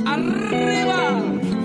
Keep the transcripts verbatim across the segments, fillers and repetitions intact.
Arriba.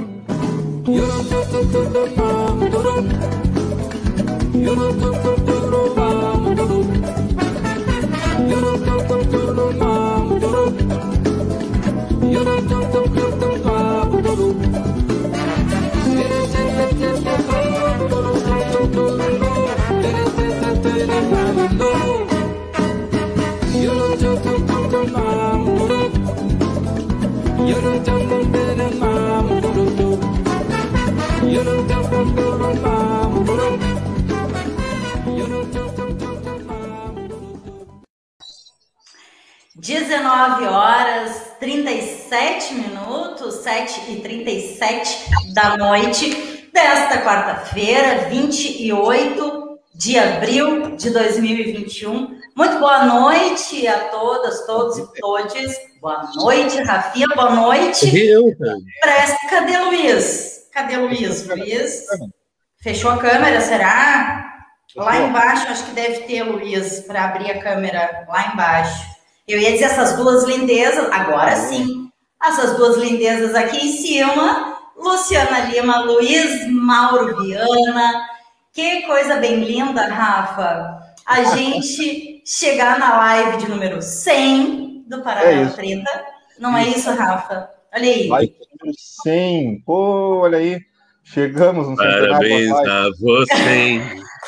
dezenove horas trinta e sete minutos, sete e trinta e sete da noite desta quarta-feira, vinte e oito de abril de dois mil e vinte e um. Muito boa noite a todas, todos e todes. Boa noite, Rafinha, boa noite. Parece, cadê Luiz? Cadê Luiz? Luiz fechou a câmera, será? Lá embaixo, acho que deve ter, Luiz, para abrir a câmera lá embaixo. Eu ia dizer essas duas lindezas, agora sim, essas duas lindezas aqui em cima, Luciana Lima, Luiz Mauro Viana. Que coisa bem linda, Rafa, a gente chegar na live de número cem do Paralelo é trinta. Não é isso, Rafa? Olha aí. Live número cem. Pô, olha aí. Chegamos no centenário. Parabéns a você.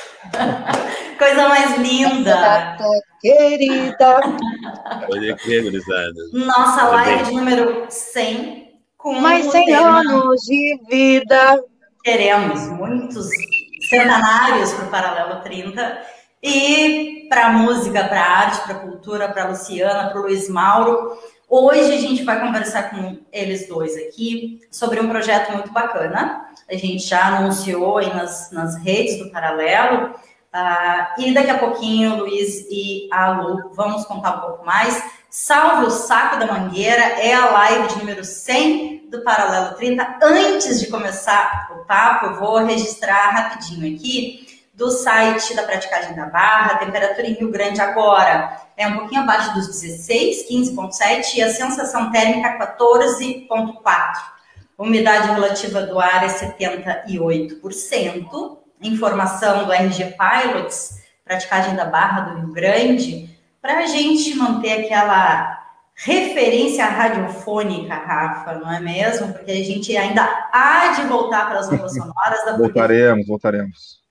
Coisa mais linda. Querida. Olha que gurizada. Nossa live de número cem. Com mais cem tema... anos de vida. Teremos muitos centenários para o Paralelo trinta. E para a música, para a arte, para a cultura, para a Luciana, para o Luiz Mauro. Hoje a gente vai conversar com eles dois aqui sobre um projeto muito bacana. A gente já anunciou aí nas, nas redes do Paralelo. Uh, e daqui a pouquinho o Luiz e a Lu vão nos contar um pouco mais. Salve o Saco da Mangueira, é a live de número cem do Paralelo trinta. Antes de começar o papo, eu vou registrar rapidinho aqui do site da Praticagem da Barra. A temperatura em Rio Grande agora é um pouquinho abaixo dos dezesseis, quinze vírgula sete, e a sensação térmica quatorze vírgula quatro. Umidade relativa do ar é setenta e oito por cento. Informação do R G Pilots, Praticagem da Barra do Rio Grande, para a gente manter aquela referência radiofônica, Rafa, não é mesmo? Porque a gente ainda há de voltar para as ondas sonoras da Voltaremos, voltaremos.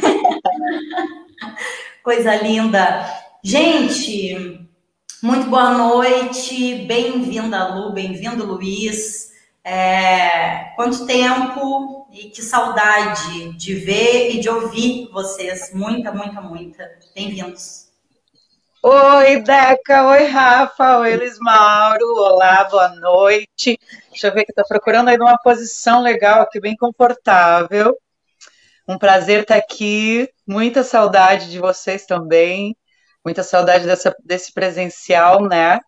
Coisa linda. Gente, muito boa noite, bem-vinda, Lu, bem-vindo, Luiz. É, quanto tempo e que saudade de ver e de ouvir vocês. Muita, muita, muita. Bem-vindos. Oi, Deca. Oi, Rafa. Oi, Luiz Mauro. Olá, boa noite. Deixa eu ver que estou procurando aí numa posição legal aqui, bem confortável. Um prazer estar aqui. Muita saudade de vocês também. Muita saudade dessa, desse presencial, né?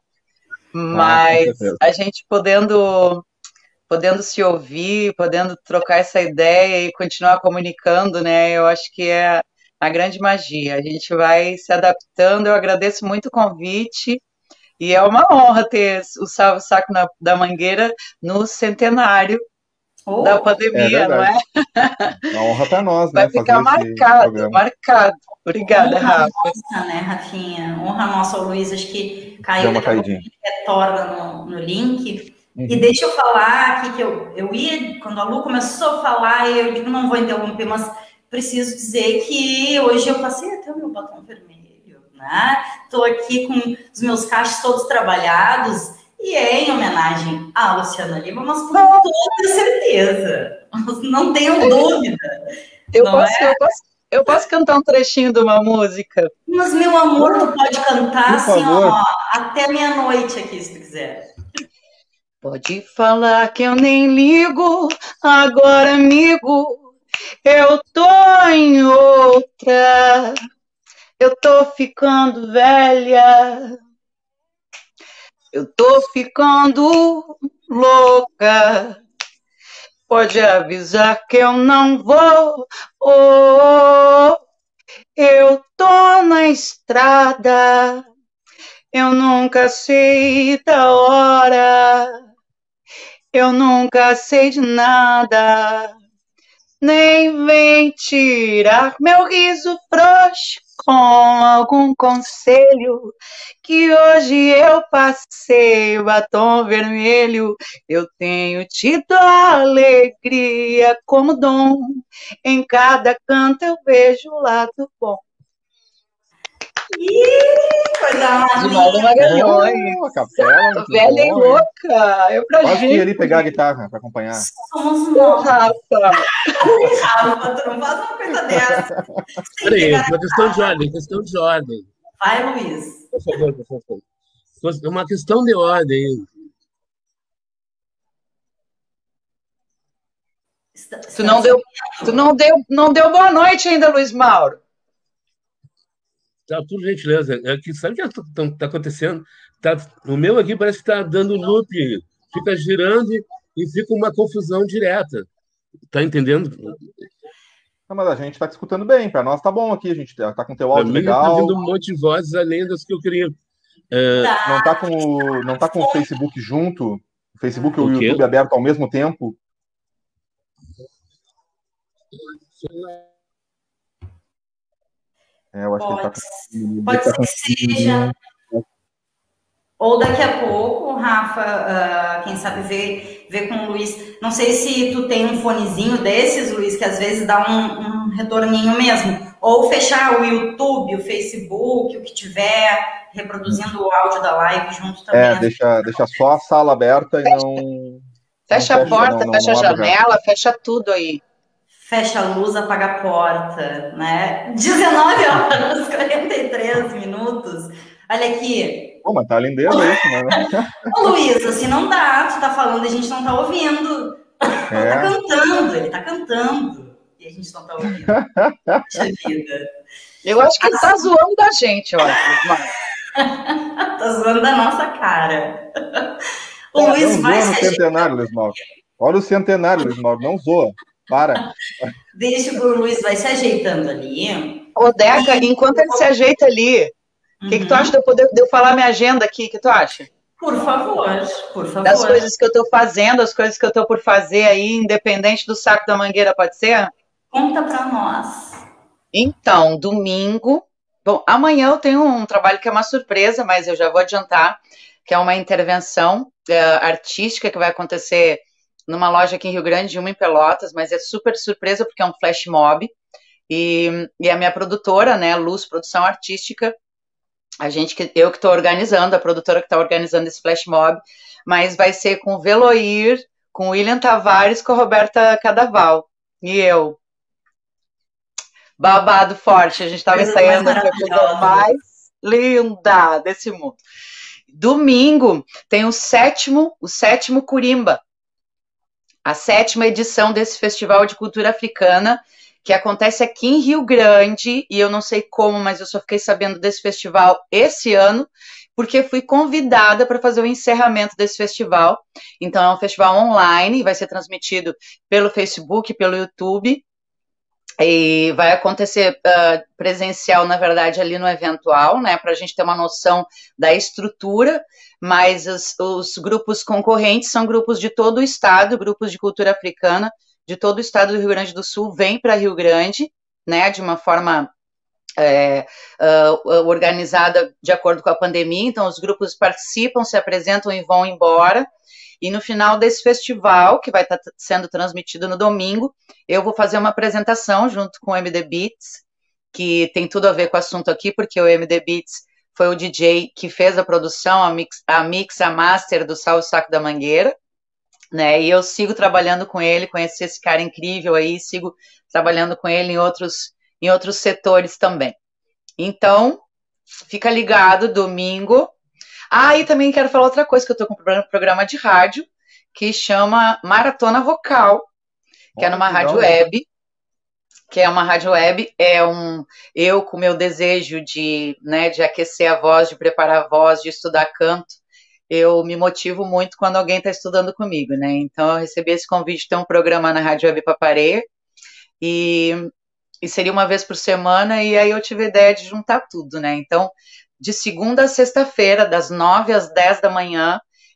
Mas ah, a gente podendo... podendo se ouvir, podendo trocar essa ideia e continuar comunicando, né? Eu acho que é a grande magia. A gente vai se adaptando. Eu agradeço muito o convite e é uma honra ter o Salve o Saco na, da Mangueira no centenário oh, da pandemia, é não é? Uma honra para nós, né? Vai ficar marcado, marcado. Obrigada, honra Rafa. Nossa, né, Rafinha? Honra nossa, o Luiz, acho que caiu, uma caidinha. Retorna no, no link. Uhum. E deixa eu falar aqui que eu, eu ia, quando a Lu começou a falar, eu digo, não vou interromper, mas preciso dizer que hoje eu passei até o meu batom vermelho, né? Estou aqui com os meus cachos todos trabalhados e é em homenagem à Luciana Lima, mas com toda certeza, não tenho dúvida. Eu, posso, é? eu, posso, eu posso cantar um trechinho de uma música? Mas, meu amor, tu pode cantar assim, ó, até meia-noite aqui, se tu quiser. Pode falar que eu nem ligo, agora, amigo, eu tô em outra, eu tô ficando velha, eu tô ficando louca, pode avisar que eu não vou, oh, eu tô na estrada, eu nunca sei da hora. Eu nunca sei de nada, nem vem tirar meu riso frouxo com algum conselho, que hoje eu passei batom vermelho. Eu tenho tido a alegria como dom, em cada canto eu vejo o lado bom. Ih, coisa Edinaldo linda! Magalhães. Oh, a capela, muito Velha e bom, hein? louca. Eu pra Quase que ia gente, ali pegar a guitarra para acompanhar. Somos nós. Rafa. Rafa, tu não faz uma coisa dessa. Sem Peraí, pegar uma a questão de guitarra. ordem, questão de ordem. Vai, Luiz. Por favor, por favor. Uma questão de ordem. Está- Tu não estamos deu, ouvindo. tu não deu, não deu boa noite ainda, Luiz Mauro. Tá, por gentileza. É que, sabe o que está acontecendo? Tá, o meu aqui parece que está dando loop, fica girando e fica uma confusão direta. Tá entendendo? Não, mas a gente está te escutando bem. Para nós tá bom aqui. A gente tá com teu Para áudio mim, está legal. vindo um monte de vozes além das que eu queria. É, Tá. Não tá com o, não tá com o Facebook junto. O Facebook e o O quê? YouTube aberto ao mesmo tempo. É, eu acho que ele tá Pode, com. pode ele tá ser com- que seja. Ou daqui a pouco, Rafa, ah, quem sabe ver, ver com o Luiz. Não sei se tu tem um fonezinho desses, Luiz, que às vezes dá um, um retorninho mesmo. Ou fechar o YouTube, o Facebook, o que tiver, reproduzindo o áudio da live junto também. É, deixa, deixa só a sala aberta e não. Fecha não a porta, não- não- fecha não a abre o resto. janela, fecha tudo aí. Fecha a luz, apaga a porta, né? dezenove horas, quarenta e três minutos. Olha aqui. Pô, mas tá lindeza isso, né? Ô, Luiz, assim não dá. Tu tá falando e a gente não tá ouvindo. Ele tá É. cantando, ele tá cantando. E a gente não tá ouvindo. Puxa vida. Eu acho que ele tá zoando da gente, ó, Luiz Mauro. Tá zoando da nossa cara. O Não Luiz vai zoa no se centenário, Luiz Mauro. Olha o centenário, Luiz Mauro. Não zoa. Para. Deixa que o Luiz vai se ajeitando ali. Ô, Deca, enquanto ele se ajeita ali, o que, que tu Uhum. acha de eu poder de eu falar minha agenda aqui? O que tu acha? Por favor, por favor. Das coisas que eu tô fazendo, as coisas que eu tô por fazer aí, independente do saco da mangueira, pode ser? Conta pra nós. Então, domingo. Bom, amanhã eu tenho um trabalho que é uma surpresa, mas eu já vou adiantar, que é uma intervenção é, artística que vai acontecer numa loja aqui em Rio Grande, uma em Pelotas, mas é super surpresa porque é um flash mob. E, e a minha produtora, né, Luz Produção Artística, a gente que eu que estou organizando, a produtora que está organizando esse flash mob, mas vai ser com o Veloir, com o William Tavares, com a Roberta Cadaval. E eu. Babado forte, a gente estava Coisa ensaiando mais a coisa maravilhosa. mais linda desse mundo. Domingo tem o sétimo, o sétimo Curimba, a sétima edição desse Festival de Cultura Africana, que acontece aqui em Rio Grande, e eu não sei como, mas eu só fiquei sabendo desse festival esse ano, porque fui convidada para fazer o encerramento desse festival. Então é um festival online, vai ser transmitido pelo Facebook, pelo YouTube, e vai acontecer uh, presencial, na verdade, ali no Eventual, né, para a gente ter uma noção da estrutura, mas os, os grupos concorrentes são grupos de todo o estado, grupos de cultura africana, de todo o estado do Rio Grande do Sul, vêm para Rio Grande, né, de uma forma é, uh, organizada de acordo com a pandemia, então os grupos participam, se apresentam e vão embora, e no final desse festival, que vai estar sendo transmitido no domingo, eu vou fazer uma apresentação junto com o M D Beats, que tem tudo a ver com o assunto aqui, porque o M D Beats foi o D J que fez a produção, a mix, a, mix, a master do Sal e Saco da Mangueira, né, e eu sigo trabalhando com ele, conheci esse cara incrível aí, sigo trabalhando com ele em outros, em outros setores também. Então, fica ligado, domingo. Ah, e também quero falar outra coisa, que eu tô com um programa de rádio, que chama Maratona Vocal, que é numa rádio web, que é uma rádio web, é um, eu com meu desejo de, né, de aquecer a voz, de preparar a voz, de estudar canto, eu me motivo muito quando alguém está estudando comigo, né, então eu recebi esse convite de ter um programa na Rádio Web Paparê, e, e seria uma vez por semana, e aí eu tive a ideia de juntar tudo, né, então, de segunda a sexta-feira, das nove às dez da manhã,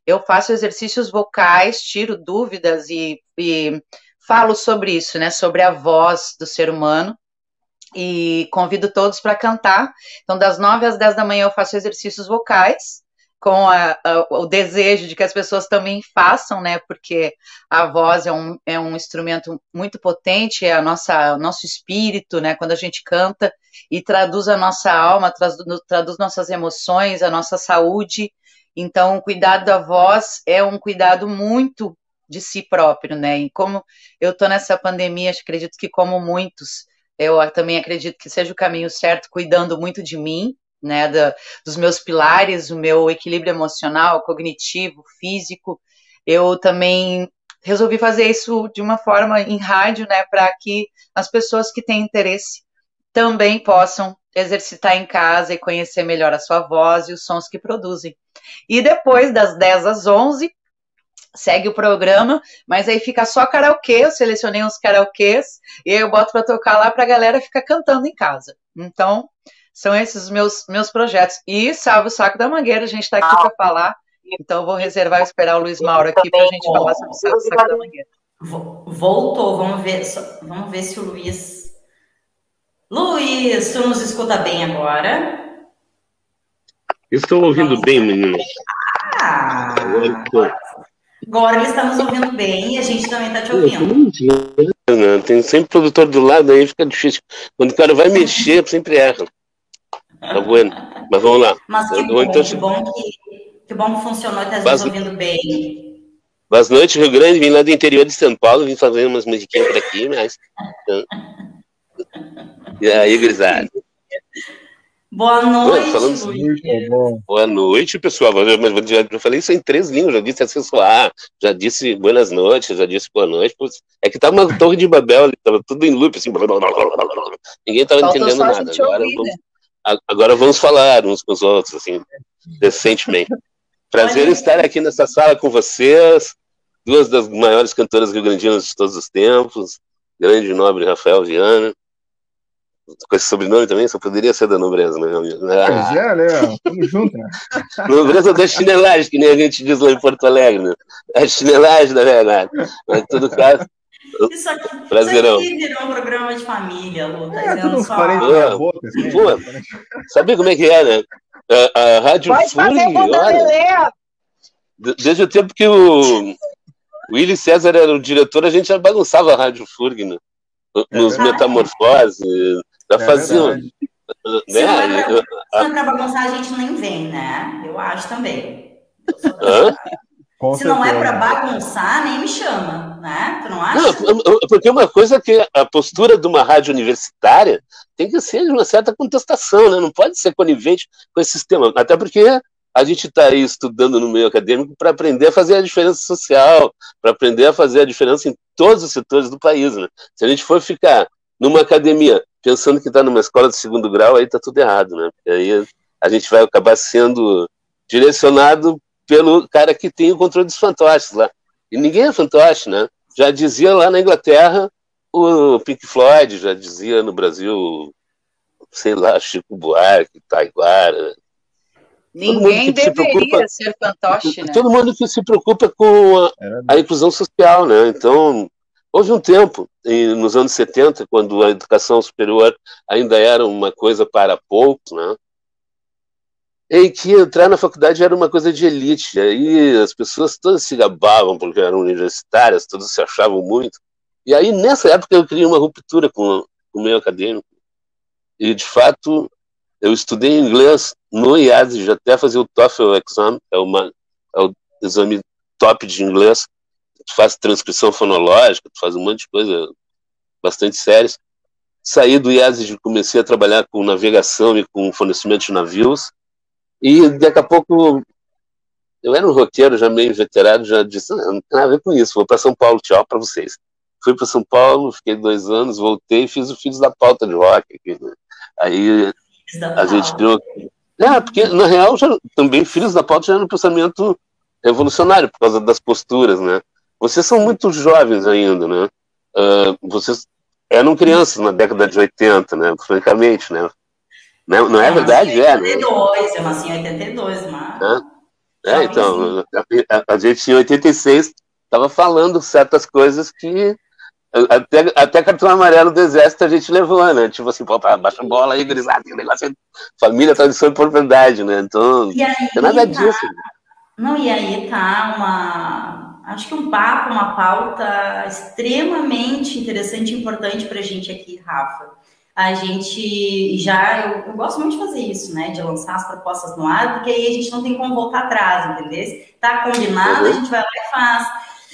eu faço exercícios vocais, tiro dúvidas e, e falo sobre isso, né? Sobre a voz do ser humano. E convido todos para cantar. Então, das nove às dez da manhã eu faço exercícios vocais, com a, a, o desejo de que as pessoas também façam, né? Porque a voz é um, é um instrumento muito potente, é a nossa, o nosso espírito, né? Quando a gente canta e traduz a nossa alma, traduz, traduz nossas emoções, a nossa saúde. Então, o cuidado da voz é um cuidado muito de si próprio, né? E como eu estou nessa pandemia, acredito que como muitos, eu também acredito que seja o caminho certo, cuidando muito de mim, né, da, dos meus pilares, o meu equilíbrio emocional, cognitivo, físico. Eu também resolvi fazer isso de uma forma em rádio, né, para que as pessoas que têm interesse também possam exercitar em casa e conhecer melhor a sua voz e os sons que produzem. E depois, das dez às onze, segue o programa, mas aí fica só karaokê, eu selecionei uns karaokês, e aí eu boto para tocar lá para a galera ficar cantando em casa. Então, são esses os meus, meus projetos. E Salve o Saco da Mangueira, a gente está aqui para falar, então vou reservar e esperar o Luiz Mauro aqui para a gente falar sobre o Salve o Saco da Mangueira. Voltou, vamos ver, vamos ver se o Luiz... Luiz, tu nos escuta bem agora? Estou ouvindo bem, menino. Ah, agora ele está nos ouvindo bem e a gente também está te ouvindo. Tem sempre produtor do lado, aí fica difícil. Quando o cara vai mexer, sempre erra. Tá bueno. Mas vamos lá. Mas que bom, então... que, bom que, que bom que funcionou e está nos ouvindo bem. Boas noites, Rio Grande. Vim lá do interior de São Paulo, vim fazer umas musiquinhas por aqui, mas... E aí, grisado? Boa noite, falando... Luiz. Boa noite, pessoal. Mas já, já falei isso em três línguas. Já disse assessoar, já disse buenas noites, já disse boa noite. É que tava uma torre de Babel ali, tava tudo em loop, assim. Blá, blá, blá, blá, blá. Ninguém tava Faltou entendendo nada. Agora, ouvir, vamos, né? agora vamos falar uns com os outros, assim, decentemente. Prazer estar aqui nessa sala com vocês. Duas das maiores cantoras rio-grandinas de todos os tempos. Grande e nobre Rafael Viana. Com esse sobrenome também, só poderia ser da nobreza, né? Ah. Pois é, né? Tamo junto, né? Nobreza da chinelagem, que nem a gente diz lá em Porto Alegre, né? A chinelagem, na verdade. Mas em todo caso, isso aqui, prazerão. Isso aqui virou um programa de família, Lu. Tá é, tudo uns só... parentes na boca, assim. Pô, sabe como é que é, né? A, a Rádio Furg, olha, desde o tempo que o Willy César era o diretor, a gente já bagunçava a Rádio Furg, né? Nos é Metamorfose, já é faziam. Né? Se não é pra, a... se não é pra bagunçar, a gente nem vem, né? Eu acho também. Eu se não é para bagunçar, nem me chama, né? Tu não acha? Não, porque uma coisa é que a postura de uma rádio universitária tem que ser de uma certa contestação, né? Não pode ser conivente com esse sistema. Até porque a gente está aí estudando no meio acadêmico para aprender a fazer a diferença social, para aprender a fazer a diferença em todos os setores do país, né? Se a gente for ficar numa academia pensando que está numa escola de segundo grau, aí está tudo errado, né? Porque aí a gente vai acabar sendo direcionado pelo cara que tem o controle dos fantoches lá. E ninguém é fantoche, né? Já dizia lá na Inglaterra o Pink Floyd, já dizia no Brasil, sei lá, Chico Buarque, Taiguara. Ninguém deveria preocupa, ser fantoche, né? Todo mundo que se preocupa com a, a inclusão social, né? Então, houve um tempo, nos anos setenta, quando a educação superior ainda era uma coisa para poucos, né? Em que entrar na faculdade era uma coisa de elite. Aí as pessoas todas se gabavam porque eram universitárias, todas se achavam muito. E aí, nessa época, eu criei uma ruptura com o meio acadêmico. E, de fato, eu estudei inglês no I A S E, até fazer o TOEFL exam, é, uma, é o exame top de inglês. Tu faz transcrição fonológica, tu faz um monte de coisa bastante sérias. Saí do I A S E e comecei a trabalhar com navegação e com fornecimento de navios. E daqui a pouco, eu era um roqueiro já meio veterano, já disse, ah, não tem nada a ver com isso, vou para São Paulo, tchau para vocês. Fui para São Paulo, fiquei dois anos, voltei e fiz o Filhos da Pauta de rock. Aqui, né? Aí a gente deu... É, porque na real, já, também Filhos da Pauta já era um pensamento revolucionário, por causa das posturas, né? Vocês são muito jovens ainda, né? Uh, vocês eram crianças na década de oitenta, né? Francamente, né? Não, não é verdade? Eu nasci em oitenta e dois, eu nasci em oitenta e dois, mas... Já É, ouvi então, sim. a, a- a gente em oitenta e seis estava falando certas coisas que até, até cartão amarelo do exército a gente levou, né? Tipo assim, pô, pá, baixa a bola aí, gurizada, que negócio é família, tradição e propriedade, né? Então, não E tem nada aí tá, disso. não, e aí tá uma, acho que um papo, uma pauta extremamente interessante e importante para a gente aqui, Rafa. A gente já, eu, eu gosto muito de fazer isso, né? De lançar as propostas no ar, porque aí a gente não tem como voltar atrás, entendeu? Tá combinado, a Uhum. gente vai lá e faz.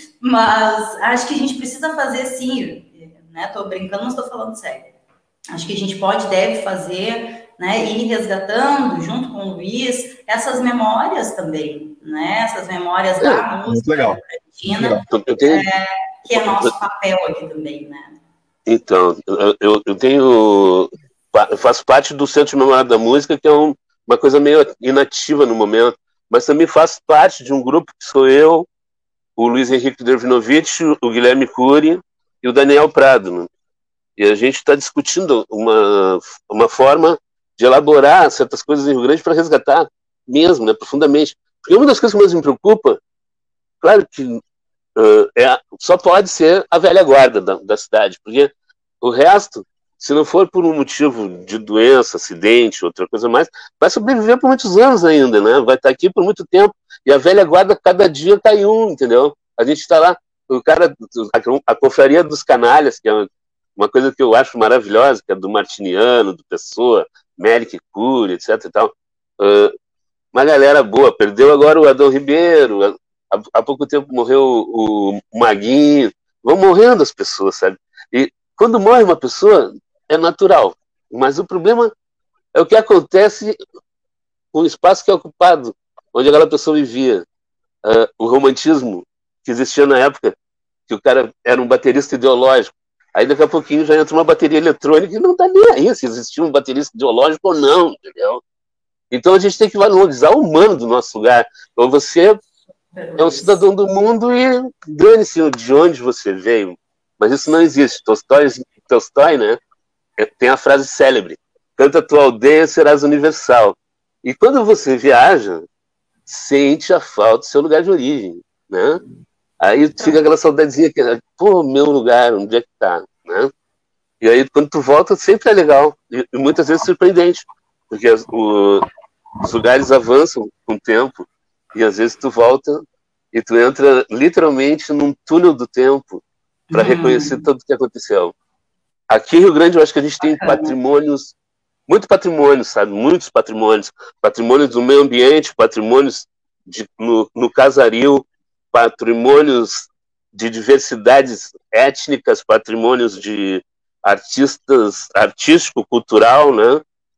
Mas acho que a gente precisa fazer sim, né? Tô brincando, mas tô falando sério. Acho que a gente pode, deve fazer, né? Ir resgatando, junto com o Luiz, essas memórias também, né? Essas memórias É, da Muito música legal. Muito argentina, legal. eu eu tenho, que é nosso papel aqui também, né? então, eu, eu- eu tenho, eu faço parte do Centro de Memória da Música, que é um- uma coisa meio inativa no momento, mas também faço parte de um grupo que sou eu, o Luiz Henrique Dervinovich, o Guilherme Cury e o Daniel Prado, né? E a gente está discutindo uma, uma forma de elaborar certas coisas em Rio Grande para resgatar mesmo, né, profundamente. Porque uma das coisas que mais me preocupa, claro que uh, é, só pode ser a velha guarda da, da cidade, porque o resto, se não for por um motivo de doença, acidente, outra coisa mais, vai sobreviver por muitos anos ainda, né? Vai estar aqui por muito tempo. E a velha guarda, cada dia cai um, entendeu? A gente está lá, o cara, a, a confraria dos canalhas, que é uma, uma coisa que eu acho maravilhosa, que é do Martiniano, do Pessoa, Méric Cury, etc e tal. Uh, uma galera boa. Perdeu agora o Adão Ribeiro, há, há pouco tempo morreu o, o Maguinho. Vão morrendo as pessoas, sabe? E quando morre uma pessoa, é natural. Mas o problema é o que acontece com o espaço que é ocupado, onde aquela pessoa vivia. Uh, o romantismo que existia na época, que o cara era um baterista ideológico. Aí daqui a pouquinho já entra uma bateria eletrônica e não tá nem aí se existia um baterista ideológico ou não, entendeu? Então a gente tem que valorizar o humano do nosso lugar. Então você é um cidadão do mundo e dane-se de onde você veio. Mas isso não existe. Tolstói, Tolstói, né, tem a frase célebre: canta a tua aldeia, serás universal. E quando você viaja, sente a falta do seu lugar de origem, né? Aí fica aquela saudadezinha que, pô, meu lugar, onde é que tá, né? E aí quando tu volta, sempre é legal e, e muitas vezes surpreendente, porque as, o, os lugares avançam com o tempo e às vezes tu volta e tu entra literalmente num túnel do tempo para hum. reconhecer tudo o que aconteceu. Aqui em Rio Grande eu acho que a gente tem patrimônios, muito patrimônios, sabe? Muitos patrimônios. Patrimônios do meio ambiente, patrimônios de, no, no casaril, patrimônios de diversidades étnicas, patrimônios de artistas, artístico-cultural, né?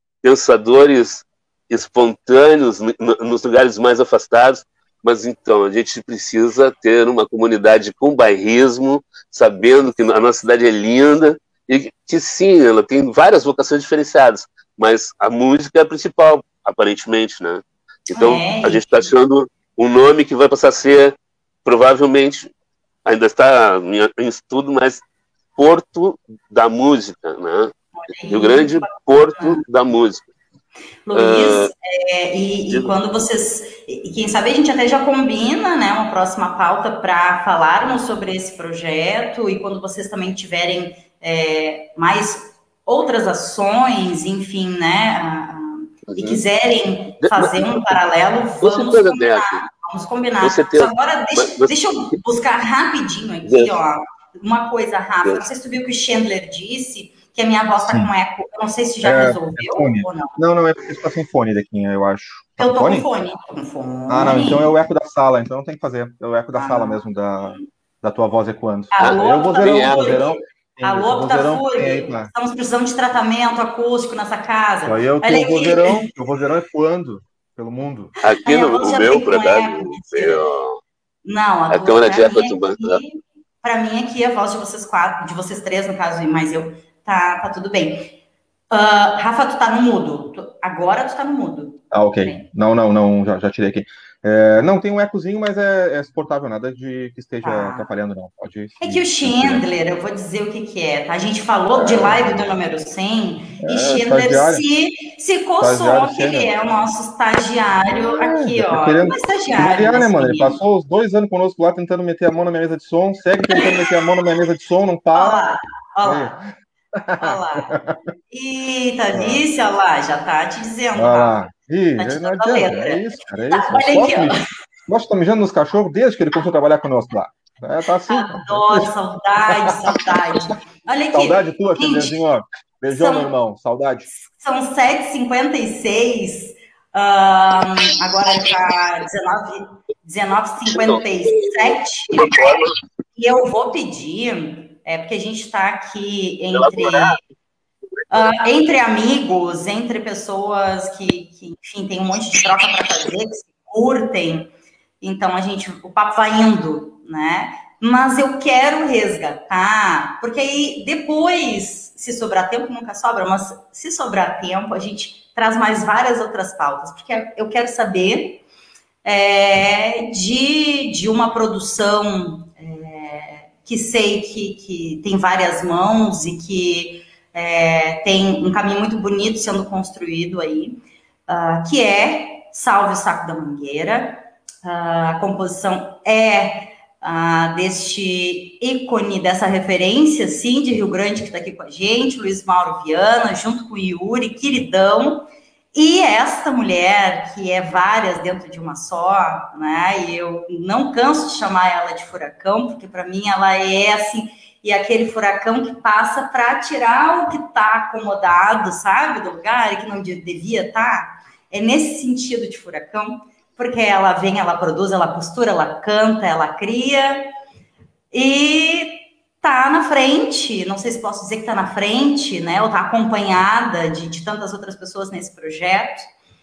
Pensadores espontâneos nos lugares mais afastados. Mas então, a gente precisa ter uma comunidade com bairrismo, sabendo que a nossa cidade é linda, e que sim, ela tem várias vocações diferenciadas, mas a música é a principal, aparentemente, né? Então, é. a gente está achando um nome que vai passar a ser, provavelmente, ainda está em estudo, mas Porto da Música, né? Rio Grande, Porto da Música. Luiz, uh, é, e, e quando vocês, e quem sabe a gente até já combina, né, uma próxima pauta para falarmos sobre esse projeto, e quando vocês também tiverem é, mais outras ações, enfim, né, uh, e quiserem fazer um paralelo, vamos combinar, vamos combinar. Só agora deixa, deixa eu buscar rapidinho aqui, ó, uma coisa, Rafa, não sei se tu viu que o Chandler disse que a minha voz tá com eco. Eu não sei se já é, resolveu é ou não. Não, não, é porque você tá sem fone, Dequinha, eu acho. Tá eu tô fone? com fone. Tô com fone. Ah, não, então é o eco da sala, então não tem que fazer. É o eco da ah, sala mesmo, da, da tua voz ecoando. Alô, eu vou zerão, vozeirão. Alô, Putafuri, estamos precisando de tratamento acústico nessa casa. Só eu que o vozeirão, o vozeirão ecoando pelo mundo. Aqui no o meu, por acaso, não, a, a câmera de eco do banco. Para mim aqui, a voz de vocês quatro, de vocês três, no caso, mas eu, tá, tá tudo bem. Uh, Rafa, tu tá no mudo. Tu, agora tu tá no mudo. Ah, ok. Não, não, não, já, já tirei aqui. É, não, tem um ecozinho, mas é, é suportável, nada de que esteja Tá. atrapalhando, não. Pode É que o se- se quiser. Chandler, eu vou dizer o que que é, tá? A gente falou de live do número cem e É, Chandler estagiário, se, se estagiário coçou que ele sênior. é o nosso estagiário aqui, Já tá ó. Não querendo é estagiário, variar, né, né, esse mano? Ele menino? passou os dois anos conosco lá tentando meter a mão na minha mesa de som, segue tentando meter a mão na minha mesa de som, não Olha para. lá, olha Aí. lá, olha lá. Eita, Ah, Alice, olha lá, já tá te dizendo, olha Rafa. lá. Ih, Tá te não dando a adianta, é letra. isso, cara, é Tá, isso. olha aqui, Gosto, ó. de- gosto de estar mijando nos cachorros desde que ele começou a trabalhar conosco lá. É, tá assim, cara. Adoro, saudade, saudade. Olha Saudade aqui, tua, gente, Xanderzinho, ó. Beijão, meu são, irmão. Saudade. são sete e cinquenta e seis, ahn, agora tá dezenove, dezenove e cinquenta e sete, e eu vou pedir, é, porque a gente está aqui entre, ah, entre amigos, entre pessoas que, que, enfim, tem um monte de troca para fazer, que se curtem, então a gente, o papo vai indo, né? Mas eu quero resgatar, porque aí depois, se sobrar tempo, nunca sobra, mas se sobrar tempo, a gente traz mais várias outras pautas, porque eu quero saber é, de, de uma produção é, que sei que, que tem várias mãos e que é, tem um caminho muito bonito sendo construído aí, uh, que é Salve o Saco da Mangueira. Uh, a composição é uh, deste ícone, dessa referência, sim, de Rio Grande, que está aqui com a gente, Luiz Mauro Viana, junto com o Yuri, queridão. E esta mulher, que é várias dentro de uma só, né? E eu não canso de chamar ela de furacão, porque para mim ela é assim, e aquele furacão que passa para tirar o que está acomodado, sabe, do lugar e que não devia estar. É nesse sentido de furacão, porque ela vem, ela produz, ela costura, ela canta, ela cria e tá na frente, não sei se posso dizer que tá na frente, né, ou tá acompanhada de, de tantas outras pessoas nesse projeto.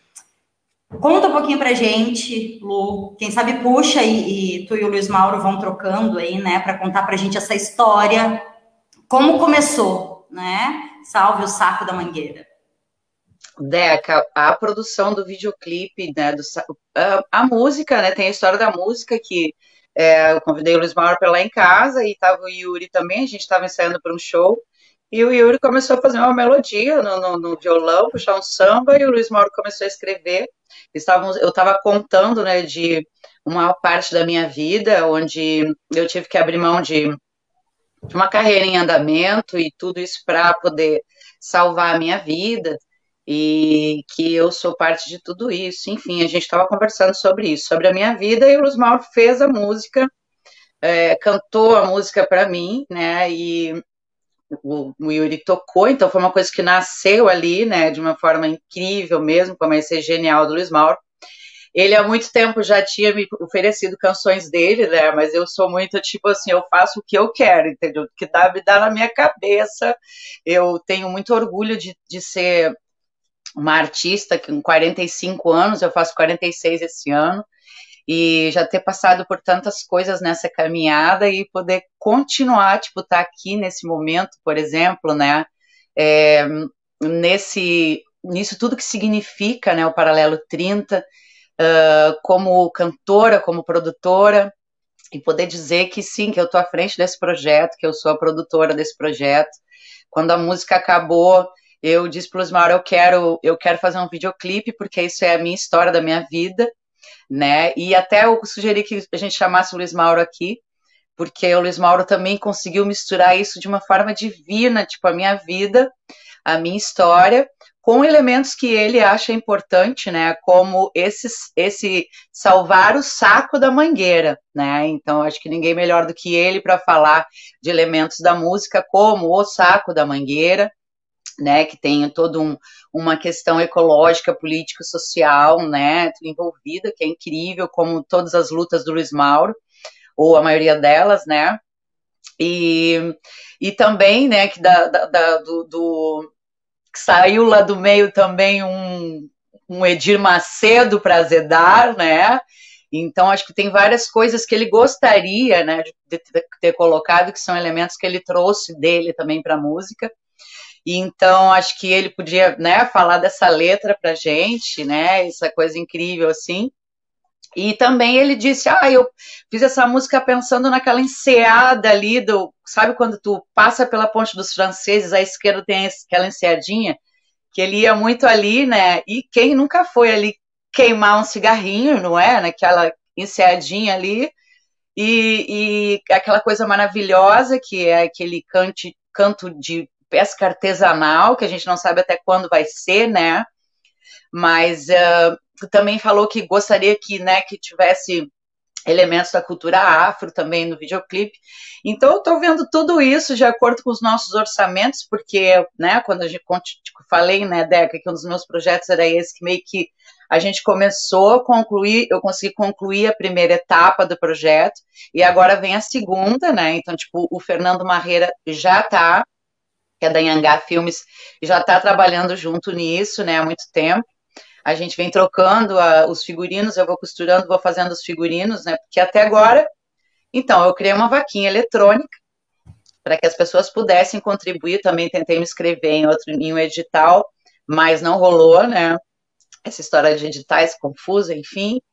Conta um pouquinho pra gente, Lu, quem sabe puxa e, e tu e o Luiz Mauro vão trocando aí, né, para contar pra gente essa história, como começou, né, Salve o Saco da Mangueira. Deca, a produção do videoclipe, né, do, a, a música, né, tem a história da música que é, eu convidei o Luiz Mauro para lá em casa e tava o Yuri também, a gente estava ensaiando para um show e o Yuri começou a fazer uma melodia no, no, no violão, puxar um samba e o Luiz Mauro começou a escrever. Estávamos, eu estava contando, né, de uma parte da minha vida onde eu tive que abrir mão de, de uma carreira em andamento e tudo isso para poder salvar a minha vida. E que eu sou parte de tudo isso, enfim, a gente estava conversando sobre isso, sobre a minha vida, e o Luiz Mauro fez a música, é, cantou a música para mim, né, e o, o Yuri tocou, então foi uma coisa que nasceu ali, né, de uma forma incrível mesmo, como esse genial do Luiz Mauro. Ele há muito tempo já tinha me oferecido canções dele, né, mas eu sou muito tipo assim, eu faço o que eu quero, entendeu, o que dá, me dá na minha cabeça, eu tenho muito orgulho de, de ser uma artista que com quarenta e cinco anos, eu faço quarenta e seis esse ano, e já ter passado por tantas coisas nessa caminhada e poder continuar, tipo, estar tá aqui nesse momento, por exemplo, né, é, nesse, nisso tudo que significa, né, o Paralelo trinta, uh, como cantora, como produtora, e poder dizer que sim, que eu estou à frente desse projeto, que eu sou a produtora desse projeto. Quando a música acabou, eu disse para o Luiz Mauro, eu quero, eu quero fazer um videoclipe, porque isso é a minha história da minha vida, né, e até eu sugeri que a gente chamasse o Luiz Mauro aqui, porque o Luiz Mauro também conseguiu misturar isso de uma forma divina, tipo, a minha vida, a minha história, com elementos que ele acha importante, né, como esses, esse salvar o saco da mangueira, né, então acho que ninguém melhor do que ele para falar de elementos da música, como o saco da mangueira, né, que tem toda um, uma questão ecológica, política, social, né, envolvida, que é incrível, como todas as lutas do Luiz Mauro, ou a maioria delas, né, e, e também, né, que, da, da, do, do, que saiu lá do meio também um, um Edir Macedo para azedar, né, então acho que tem várias coisas que ele gostaria, né, de ter, ter colocado, que são elementos que ele trouxe dele também para a música. E então acho que ele podia, né, falar dessa letra pra gente, né, essa coisa incrível assim. E também ele disse, ah, eu fiz essa música pensando naquela enseada ali, do, sabe quando tu passa pela Ponte dos Franceses, à esquerda tem aquela enseadinha, que ele ia muito ali, né, e quem nunca foi ali queimar um cigarrinho, não é, naquela enseadinha ali, e, e aquela coisa maravilhosa que é aquele cante, canto de pesca artesanal, que a gente não sabe até quando vai ser, né, mas uh, também falou que gostaria que, né, que tivesse elementos da cultura afro também no videoclipe. Então eu estou vendo tudo isso de acordo com os nossos orçamentos, porque, né, quando a gente tipo, falei, né, Deca, que um dos meus projetos era esse, que meio que a gente começou a concluir, eu consegui concluir a primeira etapa do projeto, e agora vem a segunda, né, então, tipo, o Fernando Marreira já está, que é da Anhangá Filmes, já está trabalhando junto nisso, né, há muito tempo. A gente vem trocando a, os figurinos, eu vou costurando, vou fazendo os figurinos, né? Porque até agora, então, eu criei uma vaquinha eletrônica para que as pessoas pudessem contribuir. Também tentei me inscrever em outro, em um edital, mas não rolou, né? Essa história de editais confusa, enfim.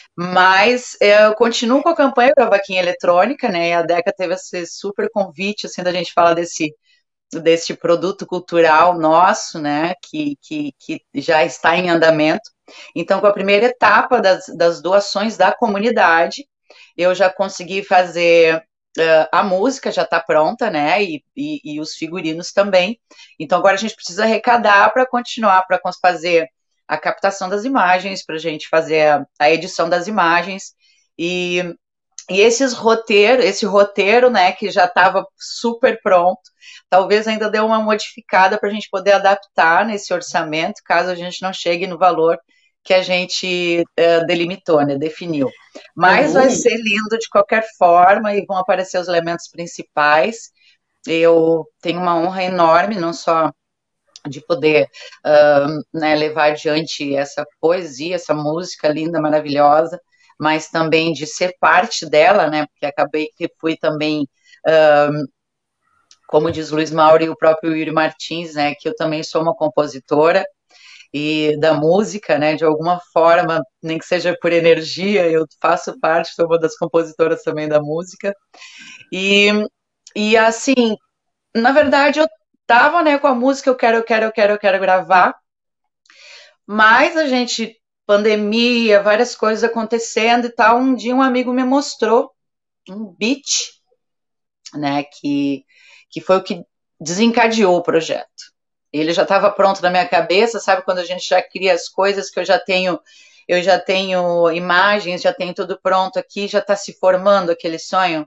Mas eu continuo com a campanha da vaquinha eletrônica, né? E a Deca teve esse super convite, assim, da gente falar desse deste produto cultural nosso, né, que, que, que já está em andamento. Então, com a primeira etapa das, das doações da comunidade, eu já consegui fazer, uh, a música já está pronta, né, e, e, e os figurinos também. Então, agora a gente precisa arrecadar para continuar, para fazer a captação das imagens, para a gente fazer a, a edição das imagens, e, e esses roteiro, esse roteiro, né, que já estava super pronto, talvez ainda dê uma modificada para a gente poder adaptar nesse orçamento, caso a gente não chegue no valor que a gente uh, delimitou, né, definiu. Mas uhum. Vai ser lindo de qualquer forma e vão aparecer os elementos principais. Eu tenho uma honra enorme, não só de poder uh, né, levar adiante essa poesia, essa música linda, maravilhosa, mas também de ser parte dela, né, porque acabei que fui também... Uh, como diz Luiz Mauro e o próprio Yuri Martins, né, que eu também sou uma compositora e da música, né, de alguma forma, nem que seja por energia, eu faço parte, sou uma das compositoras também da música, e, e assim, na verdade, eu tava, né, com a música, eu quero, eu quero, eu quero, eu quero gravar, mas a gente, pandemia, várias coisas acontecendo e tal, um dia um amigo me mostrou um beat, né, que que foi o que desencadeou o projeto. Ele já estava pronto na minha cabeça, sabe, quando a gente já cria as coisas que eu já tenho, eu já tenho imagens, já tenho tudo pronto aqui, já está se formando aquele sonho.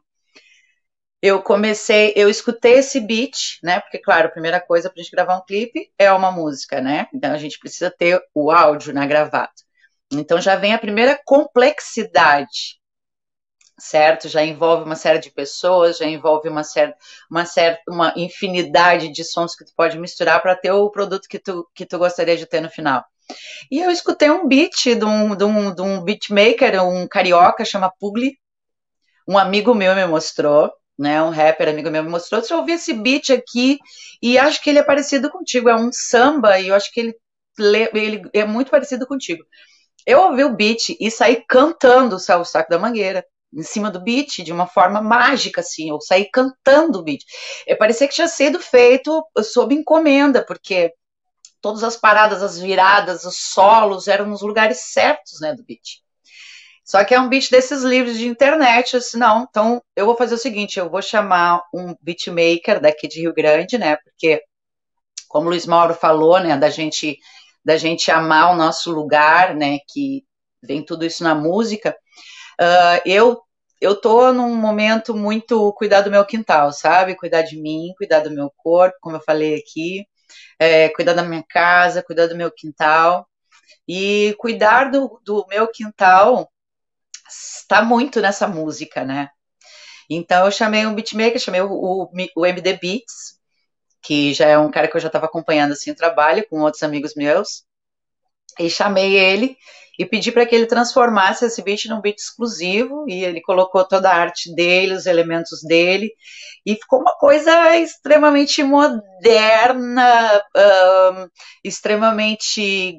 Eu comecei, eu escutei esse beat, né, porque, claro, a primeira coisa para a gente gravar um clipe é uma música, né, então a gente precisa ter o áudio, né, gravado. Então já vem a primeira complexidade, certo? Já envolve uma série de pessoas, já envolve uma certa, uma certa, uma infinidade de sons que tu pode misturar para ter o produto que tu, que tu gostaria de ter no final. E eu escutei um beat de um, de um, de um beatmaker, um carioca, chama Publi, um amigo meu me mostrou, né, um rapper amigo meu me mostrou, eu ouvi esse beat aqui e acho que ele é parecido contigo, é um samba e eu acho que ele, ele é muito parecido contigo. Eu ouvi o beat e saí cantando o Salve Saco da Mangueira, em cima do beat, de uma forma mágica, assim, eu saí cantando o beat. Eu parecia que tinha sido feito sob encomenda, porque todas as paradas, as viradas, os solos eram nos lugares certos, né, do beat. Só que é um beat desses livros de internet, assim, não, então eu vou fazer o seguinte, eu vou chamar um beatmaker daqui de Rio Grande, né, porque, como o Luiz Mauro falou, né, da gente, da gente amar o nosso lugar, né, que vem tudo isso na música. Uh, eu, eu tô num momento muito cuidar do meu quintal, sabe? Cuidar de mim, cuidar do meu corpo, como eu falei aqui, é, cuidar da minha casa, cuidar do meu quintal. E cuidar do, do meu quintal está muito nessa música, né? Então eu chamei um beatmaker, chamei o, o, o M D Beats, que já é um cara que eu já estava acompanhando assim o trabalho com outros amigos meus, e chamei ele e pedi para que ele transformasse esse beat num beat exclusivo, e ele colocou toda a arte dele, os elementos dele, e ficou uma coisa extremamente moderna, um, extremamente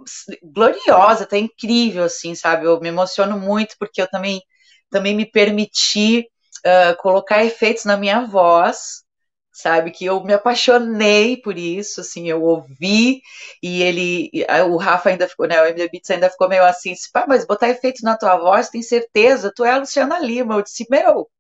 gloriosa, tá incrível, assim, sabe? Eu me emociono muito porque eu também, também me permiti uh, colocar efeitos na minha voz, sabe? Que eu me apaixonei por isso, assim, eu ouvi e ele, o Rafa ainda ficou, né? O M D Beats ainda ficou meio assim, pá, mas botar efeito na tua voz, tem certeza? Tu é a Luciana Lima. Eu disse, meu,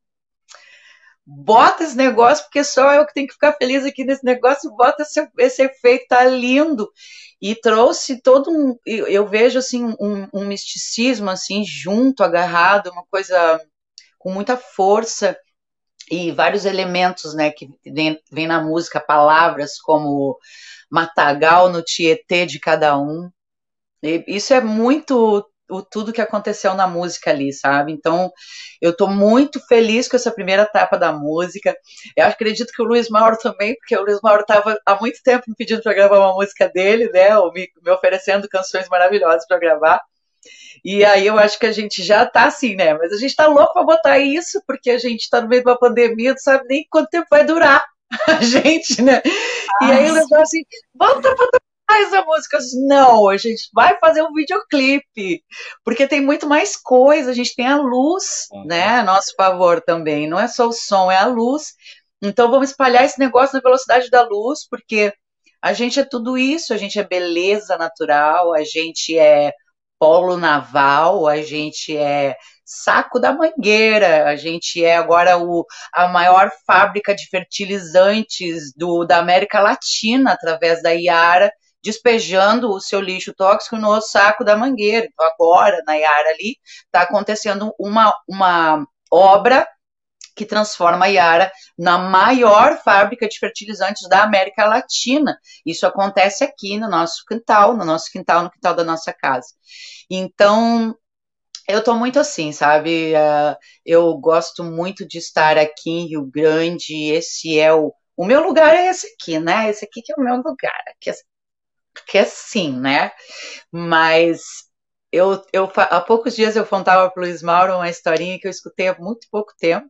bota esse negócio, porque só eu que tenho que ficar feliz aqui nesse negócio, bota esse, esse efeito, tá lindo. E trouxe todo um, eu, eu vejo assim, um, um misticismo assim, junto, agarrado, uma coisa com muita força, e vários elementos, né, que vem, vem na música, palavras como matagal no tietê de cada um. E isso é muito o tudo que aconteceu na música ali, sabe? Então, eu tô muito feliz com essa primeira etapa da música. Eu acredito que o Luiz Mauro também, porque o Luiz Mauro estava há muito tempo me pedindo para gravar uma música dele, né? Ou me, me oferecendo canções maravilhosas para gravar. E aí eu acho que a gente já tá assim, né? Mas a gente tá louco para botar isso, porque a gente tá no meio de uma pandemia, não sabe nem quanto tempo vai durar a gente, né? E aí o Luiz Mauro assim, bota pra mais a música. Não, a gente vai fazer um videoclipe, porque tem muito mais coisa, a gente tem a luz, uhum, né, a nosso favor também, não é só o som, é a luz. Então vamos espalhar esse negócio na velocidade da luz, porque a gente é tudo isso, a gente é beleza natural, a gente é polo naval, a gente é saco da mangueira, a gente é agora o, a maior fábrica de fertilizantes do, da América Latina, através da Iara, despejando o seu lixo tóxico no saco da mangueira. Então agora, na Iara ali, está acontecendo uma, uma obra que transforma a Iara na maior fábrica de fertilizantes da América Latina. Isso acontece aqui no nosso quintal, no nosso quintal, no quintal da nossa casa. Então, eu tô muito assim, sabe? Uh, eu gosto muito de estar aqui em Rio Grande, esse é o... O meu lugar é esse aqui, né? Esse aqui que é o meu lugar, aqui é que é sim, né? Mas eu, eu, há poucos dias eu contava para o Luiz Mauro uma historinha que eu escutei há muito pouco tempo,